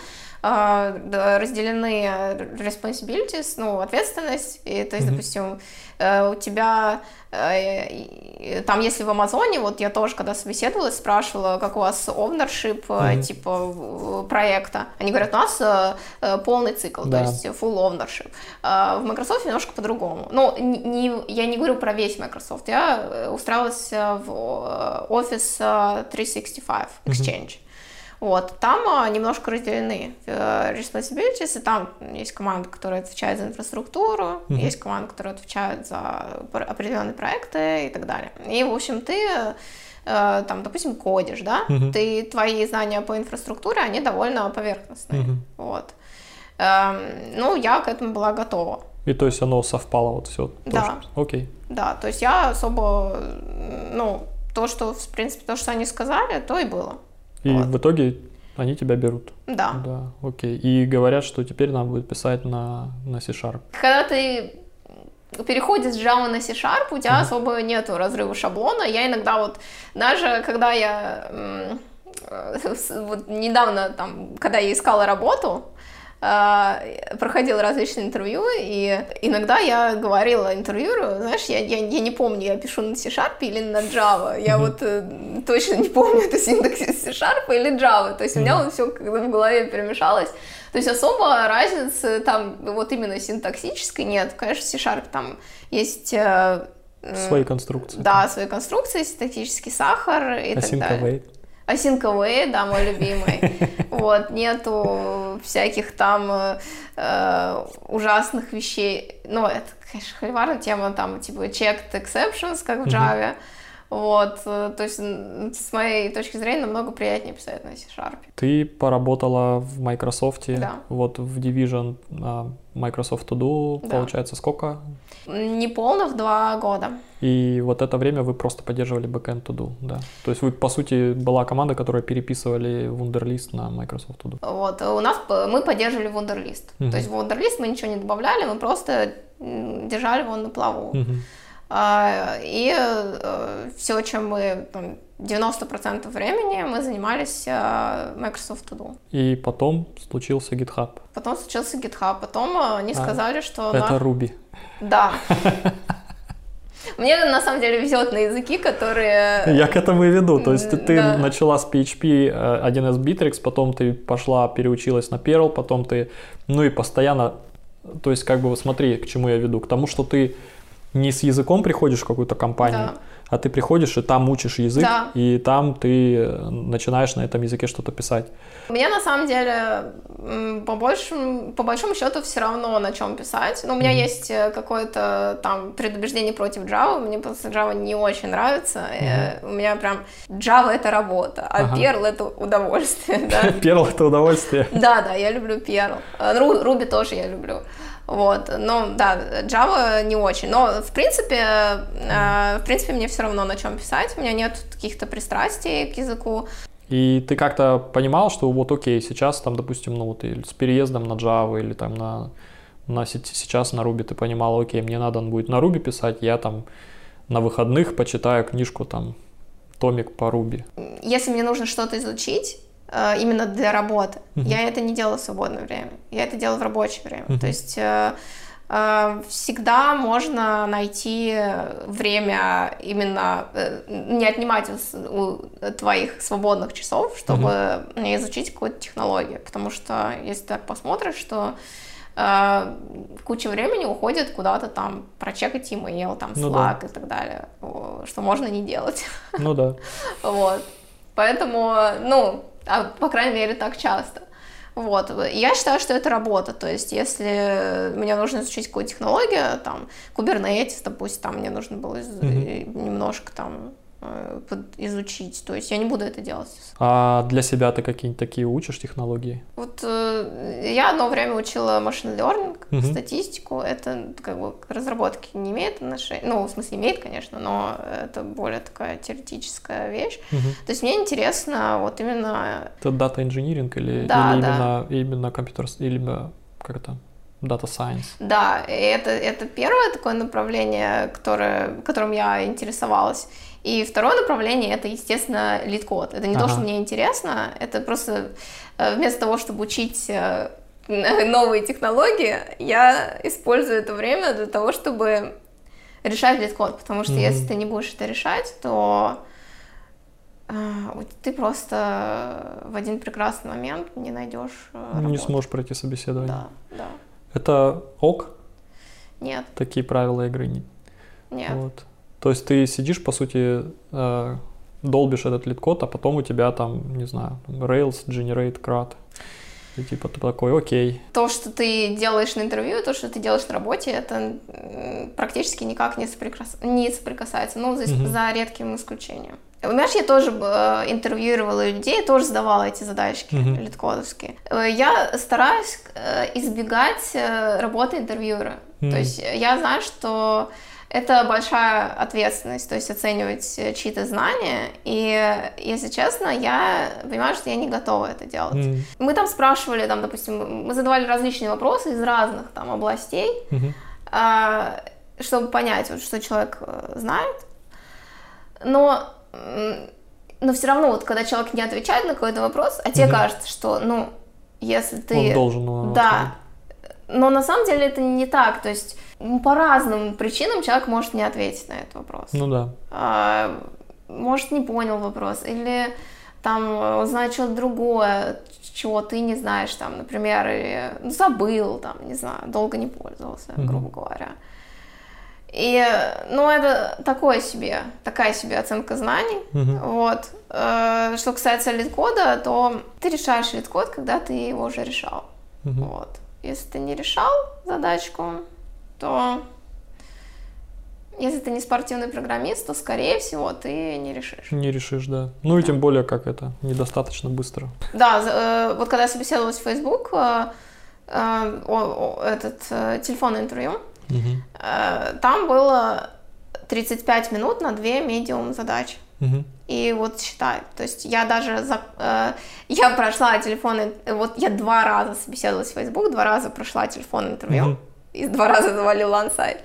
разделены responsibilities, ну, ответственность, и, то есть, допустим, у тебя там, если в Амазоне, вот я тоже, когда собеседовалась, спрашивала, как у вас ownership, типа, проекта, они говорят, у нас полный цикл, то есть full ownership. В Microsoft немножко по-другому. Ну, я не говорю про весь Microsoft, я устраивалась в Office 365 Exchange. Вот, там немножко разделены responsibilities, и там есть команда, которая отвечает за инфраструктуру, есть команда, которая отвечает за определенные проекты и так далее. И, в общем, ты там, допустим, кодишь, да, твои знания по инфраструктуре, они довольно поверхностные, вот. Ну, я к этому была готова. И то есть оно совпало вот все? Да. Окей. Да, то есть я особо, ну, то, что, в принципе, то, что они сказали, то и было. И вот. В итоге они тебя берут? Да. Да, окей. И говорят, что теперь нам будет писать на C-Sharp. Когда ты переходе с Java на C-Sharp у тебя особо нету разрыва шаблона. Я иногда вот, даже когда я вот недавно, там, когда я искала работу, проходила различные интервью, и иногда я говорила интервьюеру, знаешь, я не помню, я пишу на C-Sharp или на Java, я вот точно не помню, это синтаксис C-Sharp или Java, то есть у меня вот все как-то в голове перемешалось, то есть особо разницы там вот именно синтаксической нет, конечно, в C-Sharp там есть... свои конструкции. Да, свои конструкции, синтаксический сахар и так далее. Async await, да, мой любимый. Вот, нету всяких там ужасных вещей. Ну, это, конечно, холиварная тема, там, типа, checked exceptions, как в Java. Вот, то есть, с моей точки зрения, намного приятнее писать на C-Sharp. Ты поработала в Microsoft, да. Вот в Division Microsoft To Do, да. Получается, сколько? Неполных 2 года. И вот это время вы просто поддерживали backend To Do, да? То есть вы, по сути, была команда, которая переписывали Wunderlist на Microsoft To Do? Вот, мы поддерживали Wunderlist. То есть в Wunderlist мы ничего не добавляли, мы просто держали его на плаву. И все, чем мы, 90% времени мы занимались Microsoft To Do. И потом случился GitHub. Потом случился GitHub. Потом они сказали, что... Это Ruby. Да. Мне на самом деле везет на языки, которые... Я к этому и веду. То есть ты начала с PHP 1С Bittrex, потом ты пошла, переучилась на Perl, потом ты... Ну и постоянно... То есть как бы смотри, к чему я веду. К тому, что ты не с языком приходишь в какую-то компанию, а ты приходишь и там учишь язык, и там ты начинаешь на этом языке что-то писать. Мне на самом деле по большому счету все равно на чем писать. Но у меня есть какое-то там предубеждение против Java, мне просто Java не очень нравится. У меня прям Java это работа, а Perl это удовольствие. Perl это удовольствие? Да, я люблю Perl. Ruby тоже я люблю. Вот, но да, Java не очень, но в принципе мне все равно на чем писать, у меня нет каких-то пристрастий к языку. И ты как-то понимал, что вот окей, сейчас там, допустим, ну вот с переездом на Java или там сейчас на Ruby ты понимал, окей, мне надо будет на Ruby писать, я там на выходных почитаю книжку там, томик по Ruby. Если мне нужно что-то изучить, именно для работы. Я это не делаю в свободное время, я это делаю в рабочее время. То есть всегда можно найти время именно, не отнимать у твоих свободных часов, чтобы изучить какую-то технологию. Потому что если так посмотришь, что куча времени уходит куда-то там прочекать email, там Slack и так далее, что можно не делать. Ну да. Вот. Поэтому, по крайней мере, так часто. Вот. Я считаю, что это работа. То есть, если мне нужно изучить какую-то технологию, там, Kubernetes, допустим, там мне нужно было немножко там изучить. То есть, я не буду это делать. А для себя ты какие-нибудь такие учишь технологии? Вот я одно время учила machine learning, статистику. Это как бы к разработке не имеет отношения. Ну, в смысле, имеет, конечно, но это более такая теоретическая вещь. То есть, мне интересно вот именно... Это data engineering или именно компьютер, или как это? Data science. Да, это первое такое направление, которым я интересовалась. И второе направление — это, естественно, лид-код. Это не то, что мне интересно, это просто вместо того, чтобы учить новые технологии, я использую это время для того, чтобы решать лид-код. Потому что если ты не будешь это решать, то ты просто в один прекрасный момент не найдешь работу. Не сможешь пройти собеседование. Да. Это ок? Нет. Такие правила игры нет. Нет. Вот. То есть ты сидишь, по сути, долбишь этот лид-код, а потом у тебя там, не знаю, Rails, Generate, CRUD. И типа ты такой, окей. То, что ты делаешь на интервью, то, что ты делаешь на работе, это практически никак не соприкасается, за редким исключением. Знаешь, я тоже интервьюировала людей, тоже задавала эти задачки лид-кодовские. Я стараюсь избегать работы интервьюера. То есть я знаю, что это большая ответственность, то есть оценивать чьи-то знания, и, если честно, я понимаю, что я не готова это делать. Мы там спрашивали, там, допустим, мы задавали различные вопросы из разных там областей, чтобы понять, вот, что человек знает. Но все равно, вот, когда человек не отвечает на какой-то вопрос, а тебе кажется, что, ну, если ты... Он должен... Да. Но на самом деле это не так. То есть по разным причинам человек может не ответить на этот вопрос. Ну да. Может, не понял вопрос. Или там узнать что-то другое, чего ты не знаешь, там, например, или забыл, там, не знаю, долго не пользовался, грубо говоря. И, ну, это такая себе оценка знаний. Вот. Что касается лид-кода, то ты решаешь лид-код, когда ты его уже решал. Вот. Если ты не решал задачку, то если ты не спортивный программист, то, скорее всего, ты не решишь. Не решишь, да. Ну и тем более, как это, недостаточно быстро. Да, вот когда я собеседовалась в Facebook, телефонное интервью, там было 35 минут на 2 медиум задачи. И вот считай, то есть я даже, я прошла телефонное, вот я 2 раза собеседовалась в Facebook, 2 раза прошла телефонное интервью, и 2 раза завалила ансайт.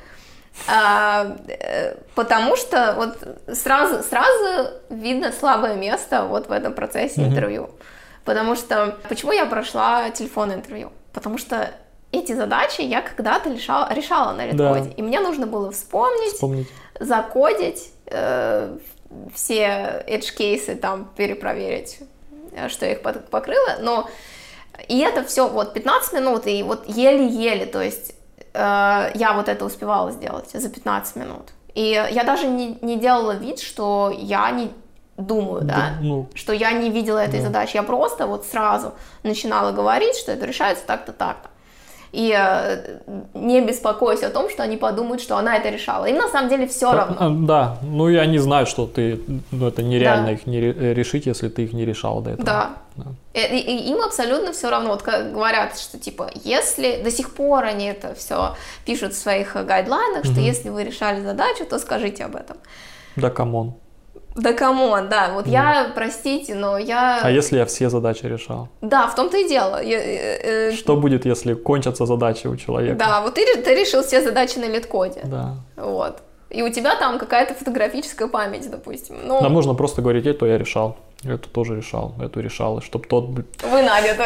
Потому что вот сразу видно слабое место вот в этом процессе интервью. Потому что, почему я прошла телефонное интервью? Потому что эти задачи я когда-то решала на лид-коде, и мне нужно было вспомнить. Закодить, все edge-кейсы там перепроверить, что я их покрыла, но и это все вот 15 минут, и вот еле-еле, то есть я вот это успевала сделать за 15 минут. И я даже не делала вид, что я не думаю, что я не видела этой задачи. Я просто вот сразу начинала говорить, что это решается так-то, так-то. И не беспокойся о том, что они подумают, что она это решала. Им на самом деле все равно. Да, ну и они знают, что ты, это нереально их не решить, если ты их не решал до этого. Да. И им абсолютно все равно. Вот как говорят, что типа, если до сих пор они это все пишут в своих гайдлайнах, что если вы решали задачу, то скажите об этом. Да камон. Да камон, да, вот я, простите, но я... А если я все задачи решал? Да, в том-то и дело. Что будет, если кончатся задачи у человека? Да, вот ты решил все задачи на лид-коде. Да. Вот. И у тебя там какая-то фотографическая память, допустим. Ну... Да, можно просто говорить, это я решал, эту тоже решал, эту решал, чтобы тот... Вы наняты.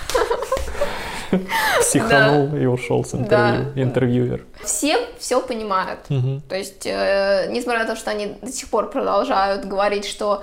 Психанул и ушел с интервью, интервьюер. Все понимают. То есть, несмотря на то, что они до сих пор продолжают говорить, что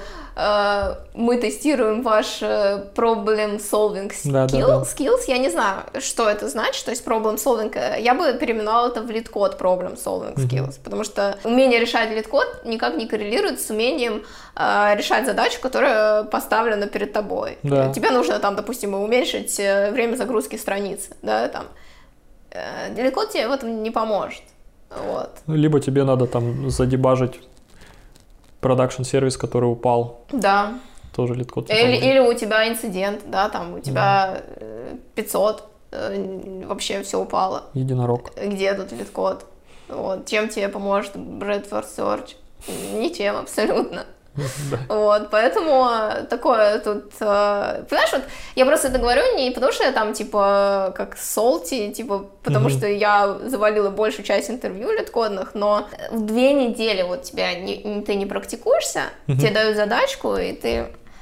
мы тестируем ваш problem-solving skills, я не знаю, что это значит, то есть problem-solving, я бы переименовала это в lead-code problem-solving skills, потому что умение решать lead-code никак не коррелирует с умением решать задачу, которая поставлена перед тобой. Да. Тебе нужно, там, допустим, уменьшить время загрузки страницы, да, там. Lead-code тебе в этом не поможет. Вот. Либо тебе надо там задебажить продакшн-сервис, который упал. Да. Тоже lead-code. Или у тебя инцидент, да, там у тебя 500, вообще все упало. Единорог. Где тут lead-code? Вот. Чем тебе поможет Breadth First Search? Ничем абсолютно. Да. Вот, поэтому такое тут, понимаешь, вот я просто это говорю не потому, что я там, типа, как salty, типа, потому что я завалила большую часть интервью лид-кодных, но в 2 недели вот тебя ты не практикуешься, тебе дают задачку, и ты,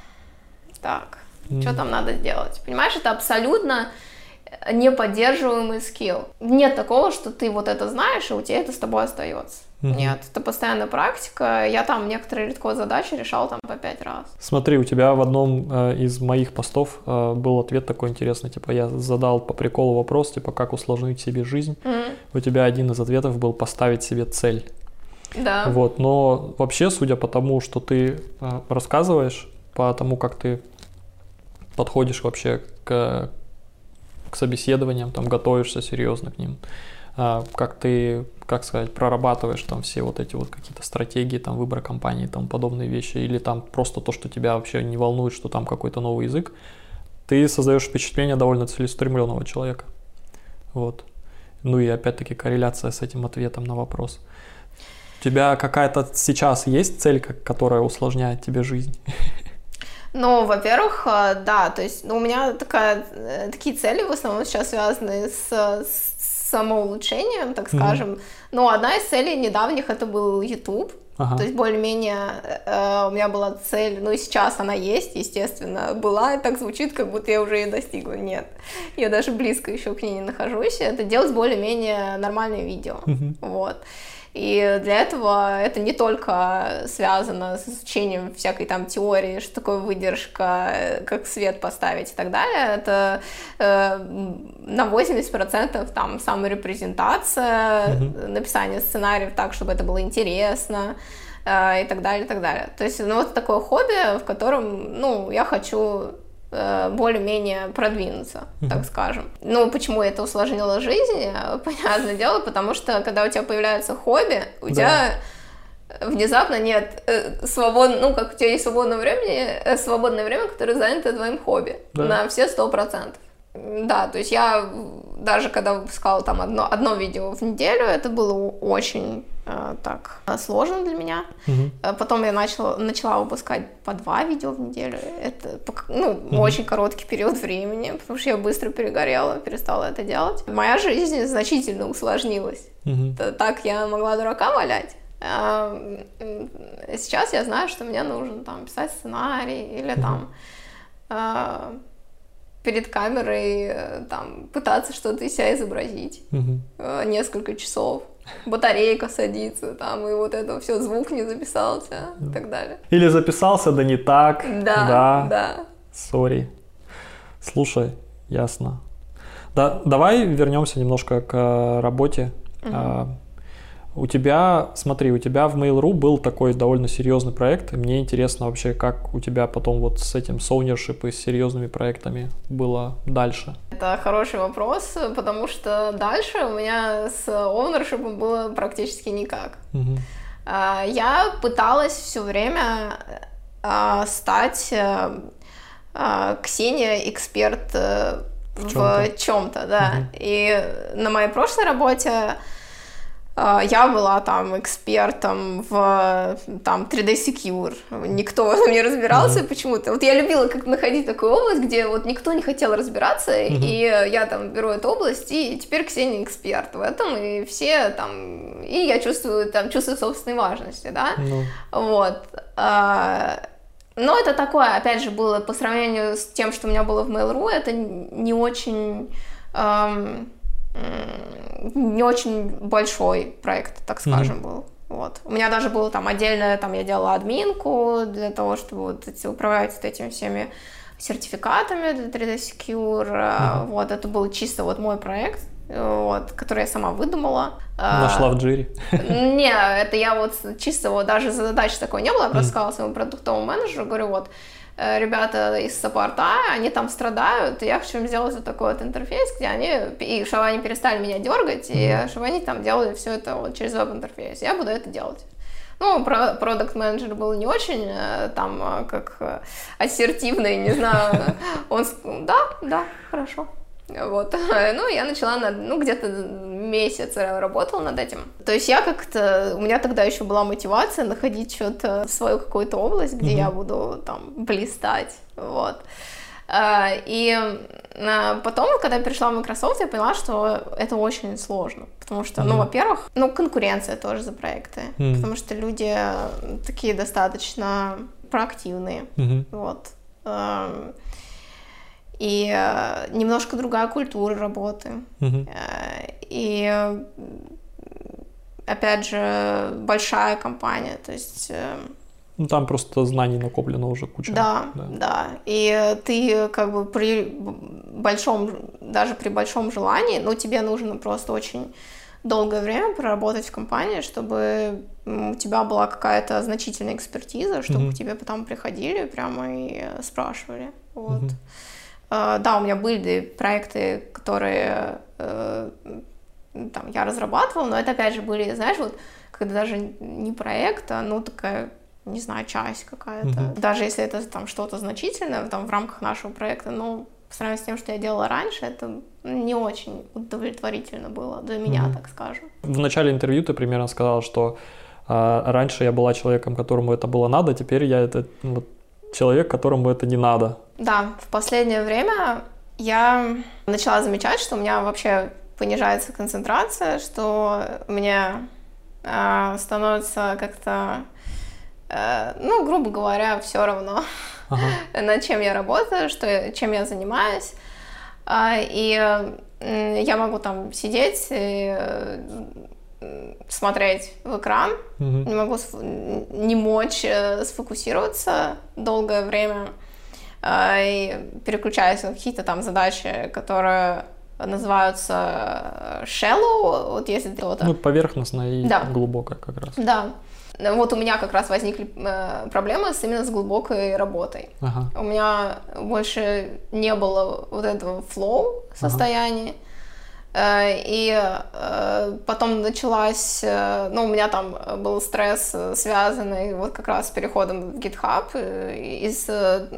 так, что там надо сделать, понимаешь, это абсолютно неподдерживаемый скилл. Нет такого, что ты вот это знаешь, и у тебя это с тобой остается. Нет, это постоянная практика. Я там некоторые лид-код задачи решал там по 5 раз. Смотри, у тебя в одном из моих постов был ответ такой интересный, типа я задал по приколу вопрос, типа как усложнить себе жизнь. У тебя один из ответов был поставить себе цель. Да. Вот, но вообще, судя по тому, что ты рассказываешь, по тому, как ты подходишь вообще к собеседованиям, там готовишься серьезно к ним, как ты, как сказать, прорабатываешь там все вот эти вот какие-то стратегии, там выбора компании и тому подобные вещи, или там просто то, что тебя вообще не волнует, что там какой-то новый язык, ты создаешь впечатление довольно целеустремленного человека. Вот. Ну и опять-таки корреляция с этим ответом на вопрос. У тебя какая-то сейчас есть цель, которая усложняет тебе жизнь? Ну, во-первых, да, то есть у меня такие цели в основном сейчас связаны с самоулучшением, так скажем. Но одна из целей недавних это был YouTube. То есть более-менее у меня была цель, ну и сейчас она есть, естественно, была, и так звучит, как будто я уже ее достигла. Нет, я даже близко еще к ней не нахожусь. Это делать более-менее нормальные видео. Вот. И для этого это не только связано с изучением всякой там теории, что такое выдержка, как свет поставить и так далее. Это на 80% там саморепрезентация, написание сценариев так, чтобы это было интересно и так далее, и так далее. То есть, ну, вот такое хобби, в котором, ну, я хочу более-менее продвинуться, так скажем. Ну, почему это усложнило жизнь? Понятное дело, потому что, когда у тебя появляется хобби, у тебя внезапно нет свободного, ну, как у тебя есть свободное время, которое занято твоим хобби на все 100%. Да, то есть я даже когда выпускала там одно видео в неделю, это было очень так сложно для меня. Потом я начала выпускать по 2 видео в неделю. Это очень короткий период времени, потому что я быстро перегорела, перестала это делать. Моя жизнь значительно усложнилась. Так я могла дурака валять. Сейчас я знаю, что мне нужно там писать сценарий или там перед камерой там пытаться что-то из себя изобразить несколько часов. Батарейка садится, там, и вот это все, звук не записался и так далее. Или записался, да не так. Да. Сори. Слушай, ясно. Да, давай вернемся немножко к работе. У тебя в Mail.ru был такой довольно серьезный проект, и мне интересно вообще, как у тебя потом вот с этим ownership и с серьезными проектами было дальше. Это хороший вопрос, потому что дальше у меня с ownership было практически никак. Я пыталась все время стать Ксения эксперт в чем-то, да. И на моей прошлой работе я была там экспертом в там 3D Secure. Никто в этом не разбирался почему-то. Вот я любила как находить такую область, где вот никто не хотел разбираться, и я там беру эту область, и теперь Ксения эксперт в этом, и все там... И я чувствую собственной важности, да? Вот. Но это такое, опять же, было по сравнению с тем, что у меня было в Mail.ru, это не очень большой проект, так скажем, был. Вот. У меня даже было там отдельно, там я делала админку для того, чтобы вот управлять вот этими всеми сертификатами для 3D Secure. Вот, это был чисто вот мой проект, вот, который я сама выдумала. Нашла в Джире? Не, это я вот чисто вот даже задачи такой не было, я просто сказала своему продуктовому менеджеру, говорю, вот, ребята из саппорта, они там страдают, и я хочу им сделать вот такой вот интерфейс, где чтобы они перестали меня дергать, и чтобы они там делали все это вот через веб-интерфейс. Я буду это делать. Ну, продакт-менеджер был не очень там как ассертивный, не знаю. Он сказал, да, хорошо. Вот. Ну, я начала, где-то месяц работала над этим. То есть у меня тогда еще была мотивация находить что-то, свою какую-то область, где я буду там блистать, вот. И потом, когда я пришла в Microsoft, я поняла, что это очень сложно, потому что, во-первых, конкуренция тоже за проекты, потому что люди такие достаточно проактивные, вот. И немножко другая культура работы. И, опять же, большая компания, то есть... там просто знаний накоплено уже куча. Да. И ты как бы даже при большом желании, тебе нужно просто очень долгое время проработать в компании, чтобы у тебя была какая-то значительная экспертиза, чтобы к тебе потом приходили прямо и спрашивали. Вот. Да, у меня были проекты, которые там я разрабатывала, но это опять же были, знаешь, вот когда даже не проект, а такая, не знаю, часть какая-то. Даже если это там что-то значительное там в рамках нашего проекта, по сравнению с тем, что я делала раньше, это не очень удовлетворительно было для меня, так скажем. В начале интервью ты примерно сказала, что раньше я была человеком, которому это было надо, теперь я человек, которому это не надо. Да, в последнее время я начала замечать, что у меня вообще понижается концентрация, что мне становится как-то, грубо говоря, все равно, над чем я работаю, чем я занимаюсь. И я могу там сидеть и смотреть в экран, не могу не мочь сфокусироваться долгое время, и переключаюсь на какие-то там задачи, которые называются shallow, вот если кто-то... Поверхностно и глубоко как раз. Да. Вот у меня как раз возникли проблемы именно с глубокой работой. У меня больше не было вот этого flow состояния. И потом началась, у меня там был стресс, связанный вот как раз с переходом в GitHub, из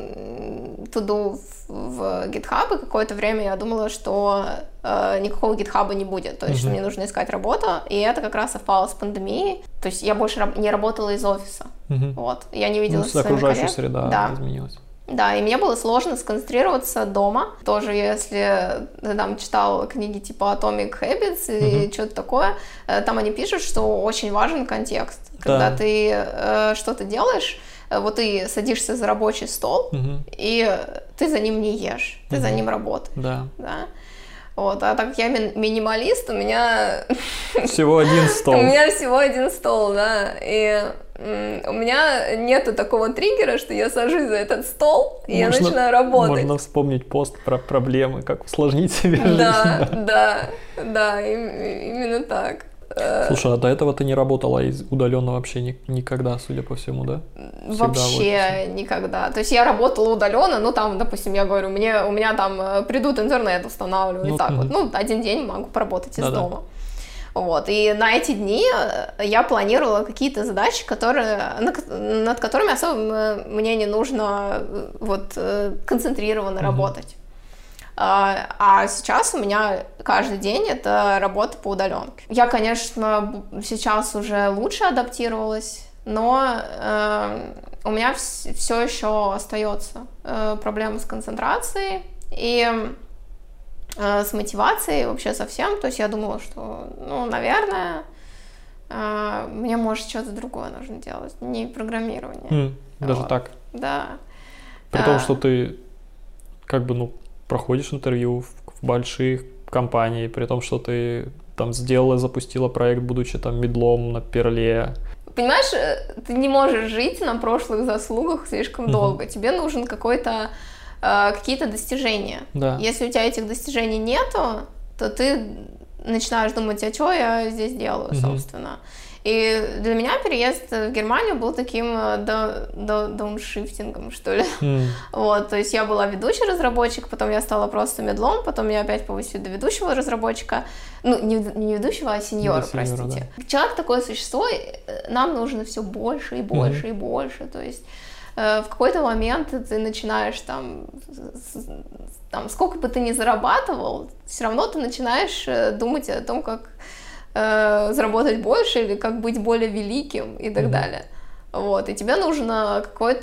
to-do в GitHub, и какое-то время я думала, что никакого GitHub не будет, то есть что мне нужно искать работу, и это как раз совпало с пандемией, то есть я больше не работала из офиса, вот, я не виделась со своими коллегами. Окружающая среда изменилась. Да, и мне было сложно сконцентрироваться дома. Тоже, если ты там читал книги типа Atomic Habits и что-то такое, там они пишут, что очень важен контекст. Когда ты что-то делаешь, вот ты садишься за рабочий стол, и ты за ним не ешь, ты за ним работаешь. Да. Вот, а так как я минималист, у меня... Всего один стол. У меня всего один стол, да. И у меня нету такого триггера, что я сажусь за этот стол, и я начинаю работать. Можно вспомнить пост про проблемы, как усложнить себе жизнь. Да, именно так. Слушай, а до этого ты не работала удаленно вообще никогда, судя по всему, да? Вообще никогда. То есть я работала удаленно, там, допустим, я говорю, у меня там придут интернет устанавливать, один день могу поработать из дома. Вот, и на эти дни я планировала какие-то задачи, над которыми особо мне не нужно концентрированно работать. А сейчас у меня каждый день это работа по удаленке. Я, конечно, сейчас уже лучше адаптировалась, но у меня все еще остается проблема с концентрацией и с мотивацией вообще совсем. То есть я думала, что, наверное, мне, может, что-то другое нужно делать, не программирование. Даже так? Да. При том, что ты проходишь интервью в больших компаниях, при том, что ты там сделала, запустила проект, будучи там мидлом на перле. Понимаешь, ты не можешь жить на прошлых заслугах слишком долго. Тебе нужен какие-то достижения. Да. Если у тебя этих достижений нету, то ты начинаешь думать, а что я здесь делаю, собственно. И для меня переезд в Германию был таким дауншифтингом, что ли. Вот, то есть я была ведущий разработчик, потом я стала просто медлом, потом я опять повысила до ведущего разработчика. Не ведущего, а сеньора, простите. Да. Человек такое существо, нам нужно все больше и больше и больше. То есть в какой-то момент ты начинаешь там, сколько бы ты ни зарабатывал, все равно ты начинаешь думать о том, как заработать больше или как быть более великим и так далее. Вот, и тебе нужно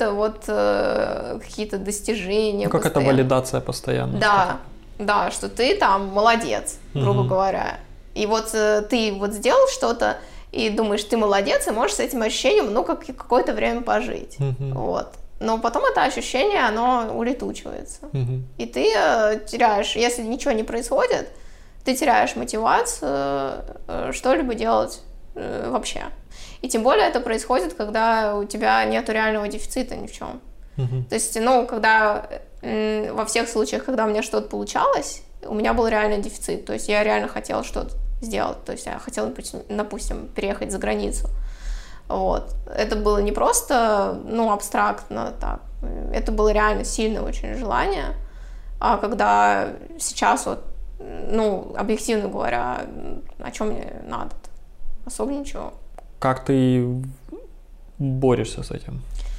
какие-то достижения. Какая-то валидация постоянно. Да, что ты там молодец, грубо говоря. И ты сделал что-то, и думаешь, ты молодец, и можешь с этим ощущением, какое-то время пожить. Вот. Но потом это ощущение, оно улетучивается. И ты теряешь, если ничего не происходит, ты теряешь мотивацию что-либо делать вообще. И тем более это происходит, когда у тебя нет реального дефицита ни в чем. То есть, когда во всех случаях, когда у меня что-то получалось, у меня был реальный дефицит. То есть я реально хотела что-то сделать. То есть я хотела, допустим, переехать за границу. Вот. Это было не просто, абстрактно так. Это было реально сильное очень желание. А когда сейчас объективно говоря, о чем мне надо-то? Особо ничего. Как ты борешься с этим?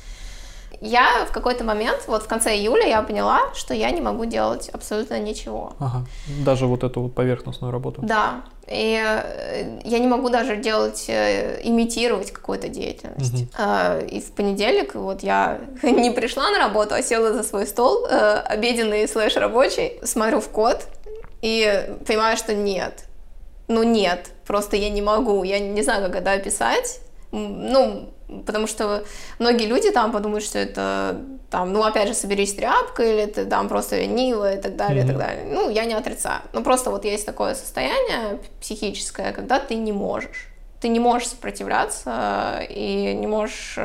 Я в какой-то момент, в конце июля, я поняла, что я не могу делать абсолютно ничего. Даже эту поверхностную работу? Да. И я не могу даже имитировать какую-то деятельность. И в понедельник я не пришла на работу, а села за свой стол, обеденный / рабочий, смотрю в код и понимаю, что нет. Ну нет, просто я не могу, я не знаю, как это описать. Ну, потому что многие люди там подумают, что это там, ну, опять же, соберись тряпкой, или ты там просто ленивая и так далее, и так далее. Ну, я не отрицаю. Но просто вот есть такое состояние психическое, когда ты не можешь. Ты не можешь сопротивляться и не можешь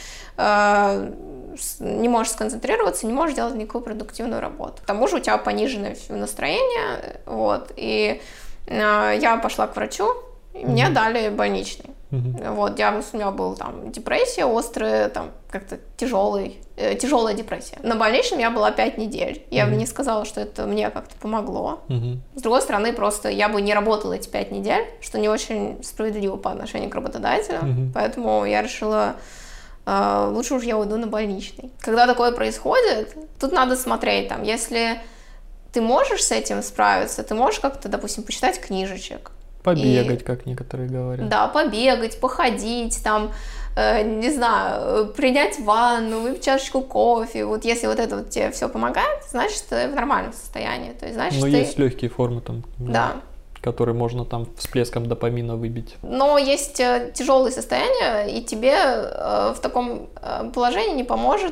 сконцентрироваться, не можешь делать никакую продуктивную работу. К тому же у тебя пониженное настроение, вот, и я пошла к врачу, и мне дали больничный. Вот, диагноз у меня был там депрессия острая, там как-то тяжелая депрессия. На больничном я была 5 недель. Я бы не сказала, что это мне как-то помогло. С другой стороны, просто я бы не работала эти 5 недель, что не очень справедливо по отношению к работодателю. Поэтому я решила, лучше уж я уйду на больничный. Когда такое происходит, тут надо смотреть, там, если ты можешь с этим справиться, ты можешь как-то, допустим, почитать книжечек. Побегать, как некоторые говорят. Да, побегать, походить, там, не знаю, принять ванну, выпить чашечку кофе. Вот если вот это вот тебе все помогает, значит, ты в нормальном состоянии. То есть, значит, но есть легкие формы, там, да, которые можно там всплеском допамина выбить. Но есть тяжелые состояния, и тебе в таком положении не поможет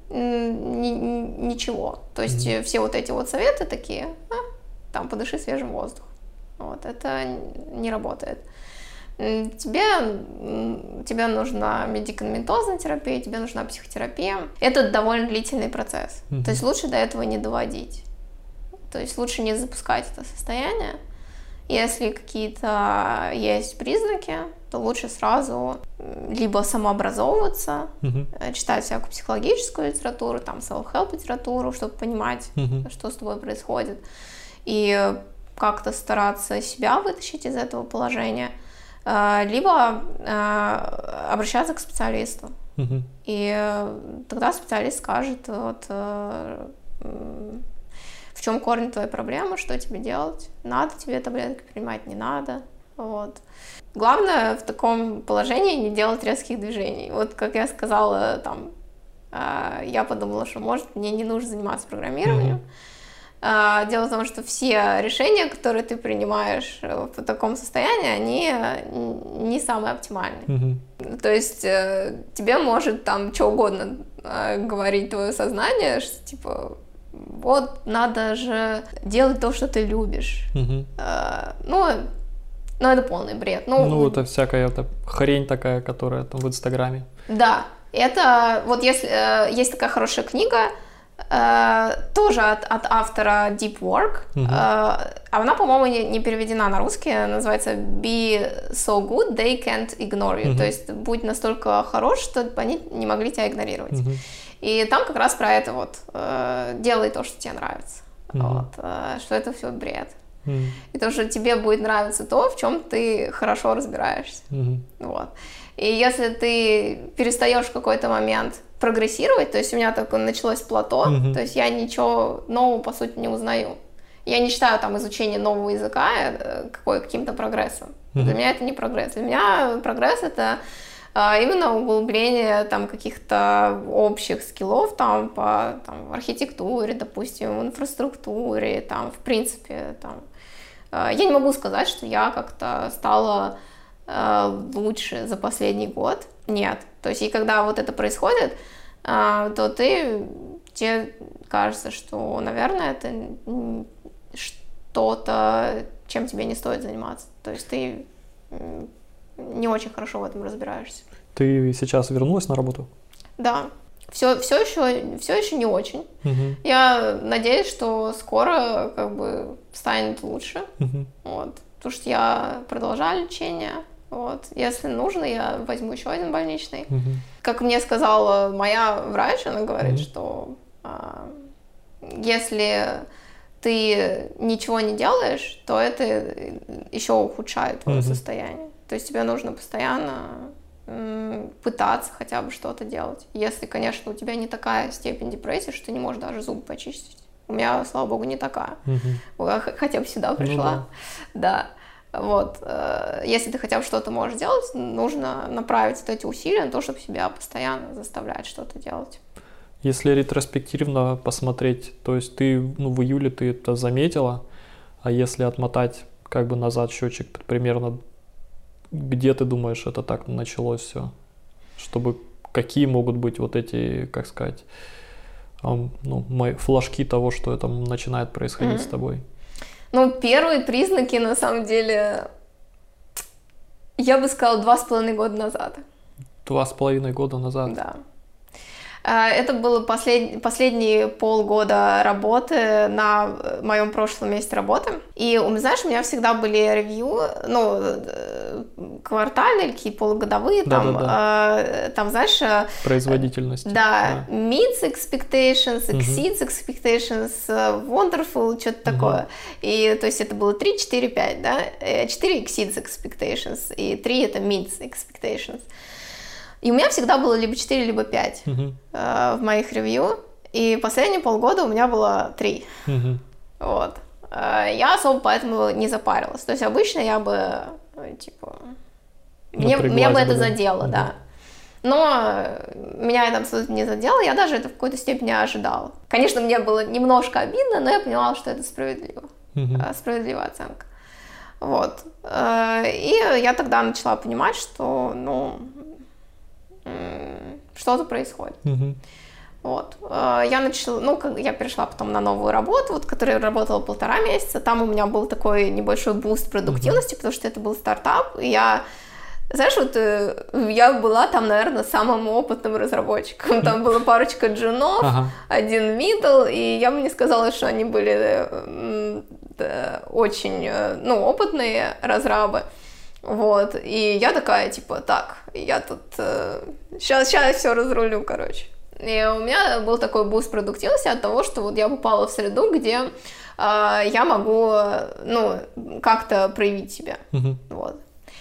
ничего. То есть все вот эти вот советы такие, там, подыши свежим воздухом. Вот, это не работает. Тебе нужна медикаментозная терапия, тебе нужна психотерапия. Это довольно длительный процесс. То есть лучше до этого не доводить. То есть лучше не запускать это состояние. Если какие-то есть признаки, то лучше сразу либо самообразовываться, читать всякую психологическую литературу, там, self-help литературу, чтобы понимать, что с тобой происходит. И как-то стараться себя вытащить из этого положения, либо обращаться к специалисту. И тогда специалист скажет, вот, в чем корень твоей проблемы, что тебе делать, надо тебе таблетки принимать, не надо. Вот. Главное в таком положении не делать резких движений. Вот как я сказала, там, я подумала, что, может, мне не нужно заниматься программированием. Дело в том, что все решения, которые ты принимаешь в таком состоянии, они не самые оптимальные. То есть тебе может там что угодно говорить твое сознание, что типа вот надо же делать то, что ты любишь. Ну, это полный бред. Ну, это всякая хрень такая, которая там в Инстаграме. Да, это вот если есть такая хорошая книга, тоже от автора Deep Work. Она, по-моему, не переведена на русский, называется Be so good they can't ignore you. То есть будь настолько хорош, что они не могли тебя игнорировать. И там как раз про это вот делай то, что тебе нравится. Вот, что это все бред. И то, что тебе будет нравиться то, в чем ты хорошо разбираешься. Вот. И если ты перестаешь в какой-то момент прогрессировать, то есть у меня такое началось плато, то есть я ничего нового, по сути, не узнаю. Я не считаю там изучение нового языка каким-то прогрессом. Для меня это не прогресс. Для меня прогресс — это именно углубление там каких-то общих скиллов там по там, архитектуре, допустим, инфраструктуре, там, в принципе, там. Я не могу сказать, что я как-то стала лучше за последний год. Нет. То есть, и когда вот это происходит, то тебе кажется, что, наверное, это что-то, чем тебе не стоит заниматься. То есть ты не очень хорошо в этом разбираешься. Ты сейчас вернулась на работу? Да. Все еще не очень. Я надеюсь, что скоро как бы станет лучше. Вот. Потому что я продолжаю лечение. Вот. Если нужно, я возьму еще один больничный. Как мне сказала моя врач, она говорит, что если ты ничего не делаешь, то это еще ухудшает твое состояние. То есть тебе нужно постоянно пытаться хотя бы что-то делать. Если, конечно, у тебя не такая степень депрессии, что ты не можешь даже зубы почистить. У меня, слава богу, не такая. Хотя бы сюда пришла. Да. Вот. Если ты хотя бы что-то можешь делать, нужно направить вот эти усилия на то, чтобы себя постоянно заставлять что-то делать. Если ретроспективно посмотреть, то есть ты в июле ты это заметила, А если отмотать как бы назад счетчик примерно, где ты думаешь, это так началось все? Чтобы какие могут быть вот эти, как сказать, флажки того, что это начинает происходить с тобой? Ну, первые признаки, на самом деле, я бы сказала, 2,5 года назад. 2,5 года назад? Да. Это было последние полгода работы на моем прошлом месте работы. И, знаешь, у меня всегда были ревью, квартальные, какие полугодовые, там, знаешь... Производительность. Да, meets expectations, exceeds expectations, wonderful, что-то такое. И, то есть, это было 3, 4, 5, да? 4 exceeds expectations, и 3 это meets expectations. И у меня всегда было либо 4, либо 5 в моих ревью. И последние полгода у меня было 3. Вот. Я особо поэтому не запарилась. То есть обычно я бы, меня бы это задело, да. Но меня это абсолютно не задело, я даже это в какой-то степени ожидала. Конечно, мне было немножко обидно, но я понимала, что это справедливо. Справедливая оценка. Вот. И я тогда начала понимать, что, что-то происходит. Вот. Я перешла потом на новую работу, в которой я работала 1,5 месяца. Там у меня был такой небольшой буст продуктивности, потому что это был стартап. И я была там, наверное, самым опытным разработчиком. Там была парочка джунов, один middle, и я бы не сказала, что они были очень, опытные разрабы. Вот, и я такая, я тут сейчас все разрулю, короче. И у меня был такой буст продуктивности от того, что вот я попала в среду, где я могу, как-то проявить себя. Вот.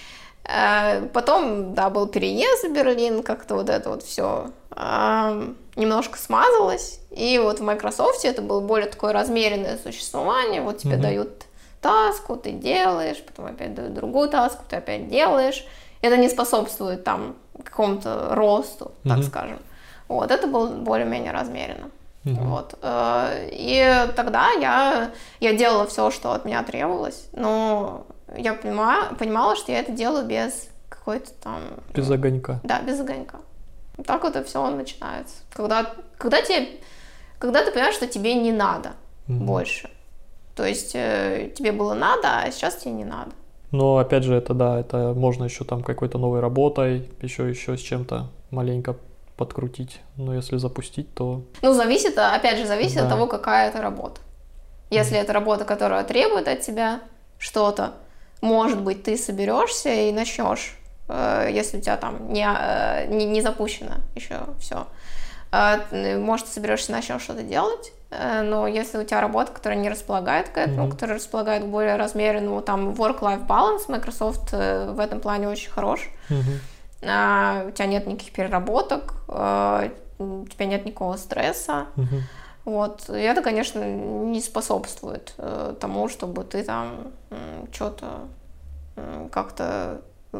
Потом, да, был переезд в Берлин, как-то вот это вот все немножко смазалось. И вот в Microsoft это было более такое размеренное существование. Вот тебе дают таску, ты делаешь, потом опять дают другую таску, ты опять делаешь. Это не способствует там какому-то росту, так скажем. Вот, это было более-менее размеренно. Вот. И тогда я делала все, что от меня требовалось, но я понимала, что я это делаю без какой-то там... Без огонька. Да, без огонька. Вот так вот и все начинается. Когда ты понимаешь, что тебе не надо больше. То есть тебе было надо, а сейчас тебе не надо. Но опять же, это можно еще там какой-то новой работой, еще с чем-то маленько подкрутить. Но если запустить, то... зависит от того, какая это работа. Если это работа, которая требует от тебя что-то, может быть, ты соберешься и начнешь, если у тебя там не запущено еще все. Может, ты соберешься и начнешь что-то делать, но если у тебя работа, которая не располагает к этому, которая располагает к более размеренному, там, work-life balance, Microsoft в этом плане очень хорош. У тебя нет никаких переработок, у тебя нет никакого стресса. Вот. И это, конечно, не способствует тому, чтобы ты там что-то как-то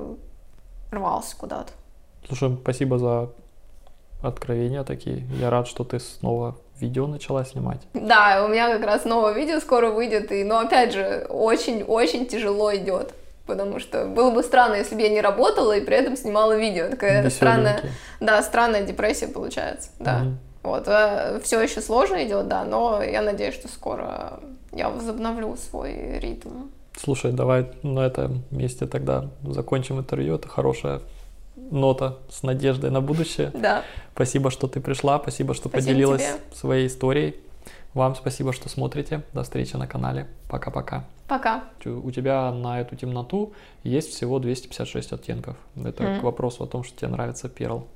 рвался куда-то. Слушай, спасибо за откровения такие. Я рад, что ты снова видео начала снимать. Да, у меня как раз новое видео скоро выйдет, но опять же, очень-очень тяжело идет. Потому что было бы странно, если бы я не работала и при этом снимала видео. Такая странная депрессия получается. Да. Вот. Все еще сложно идет, да, но я надеюсь, что скоро я возобновлю свой ритм. Слушай, давай на этом месте тогда закончим интервью. Это хорошая нота с надеждой на будущее. Да. Спасибо, что ты пришла, спасибо, что поделилась своей историей. Вам спасибо, что смотрите. До встречи на канале. Пока-пока. Пока. У тебя на эту темноту есть всего 256 оттенков. Это к вопросу о том, что тебе нравится перл.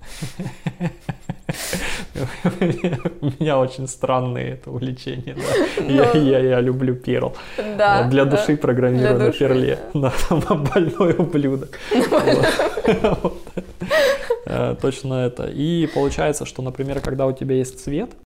У меня очень странное это увлечение. Я люблю перл. Для души программирую на перле. Больной ублюдок. Точно это. И получается, что, например, когда у тебя есть цвет,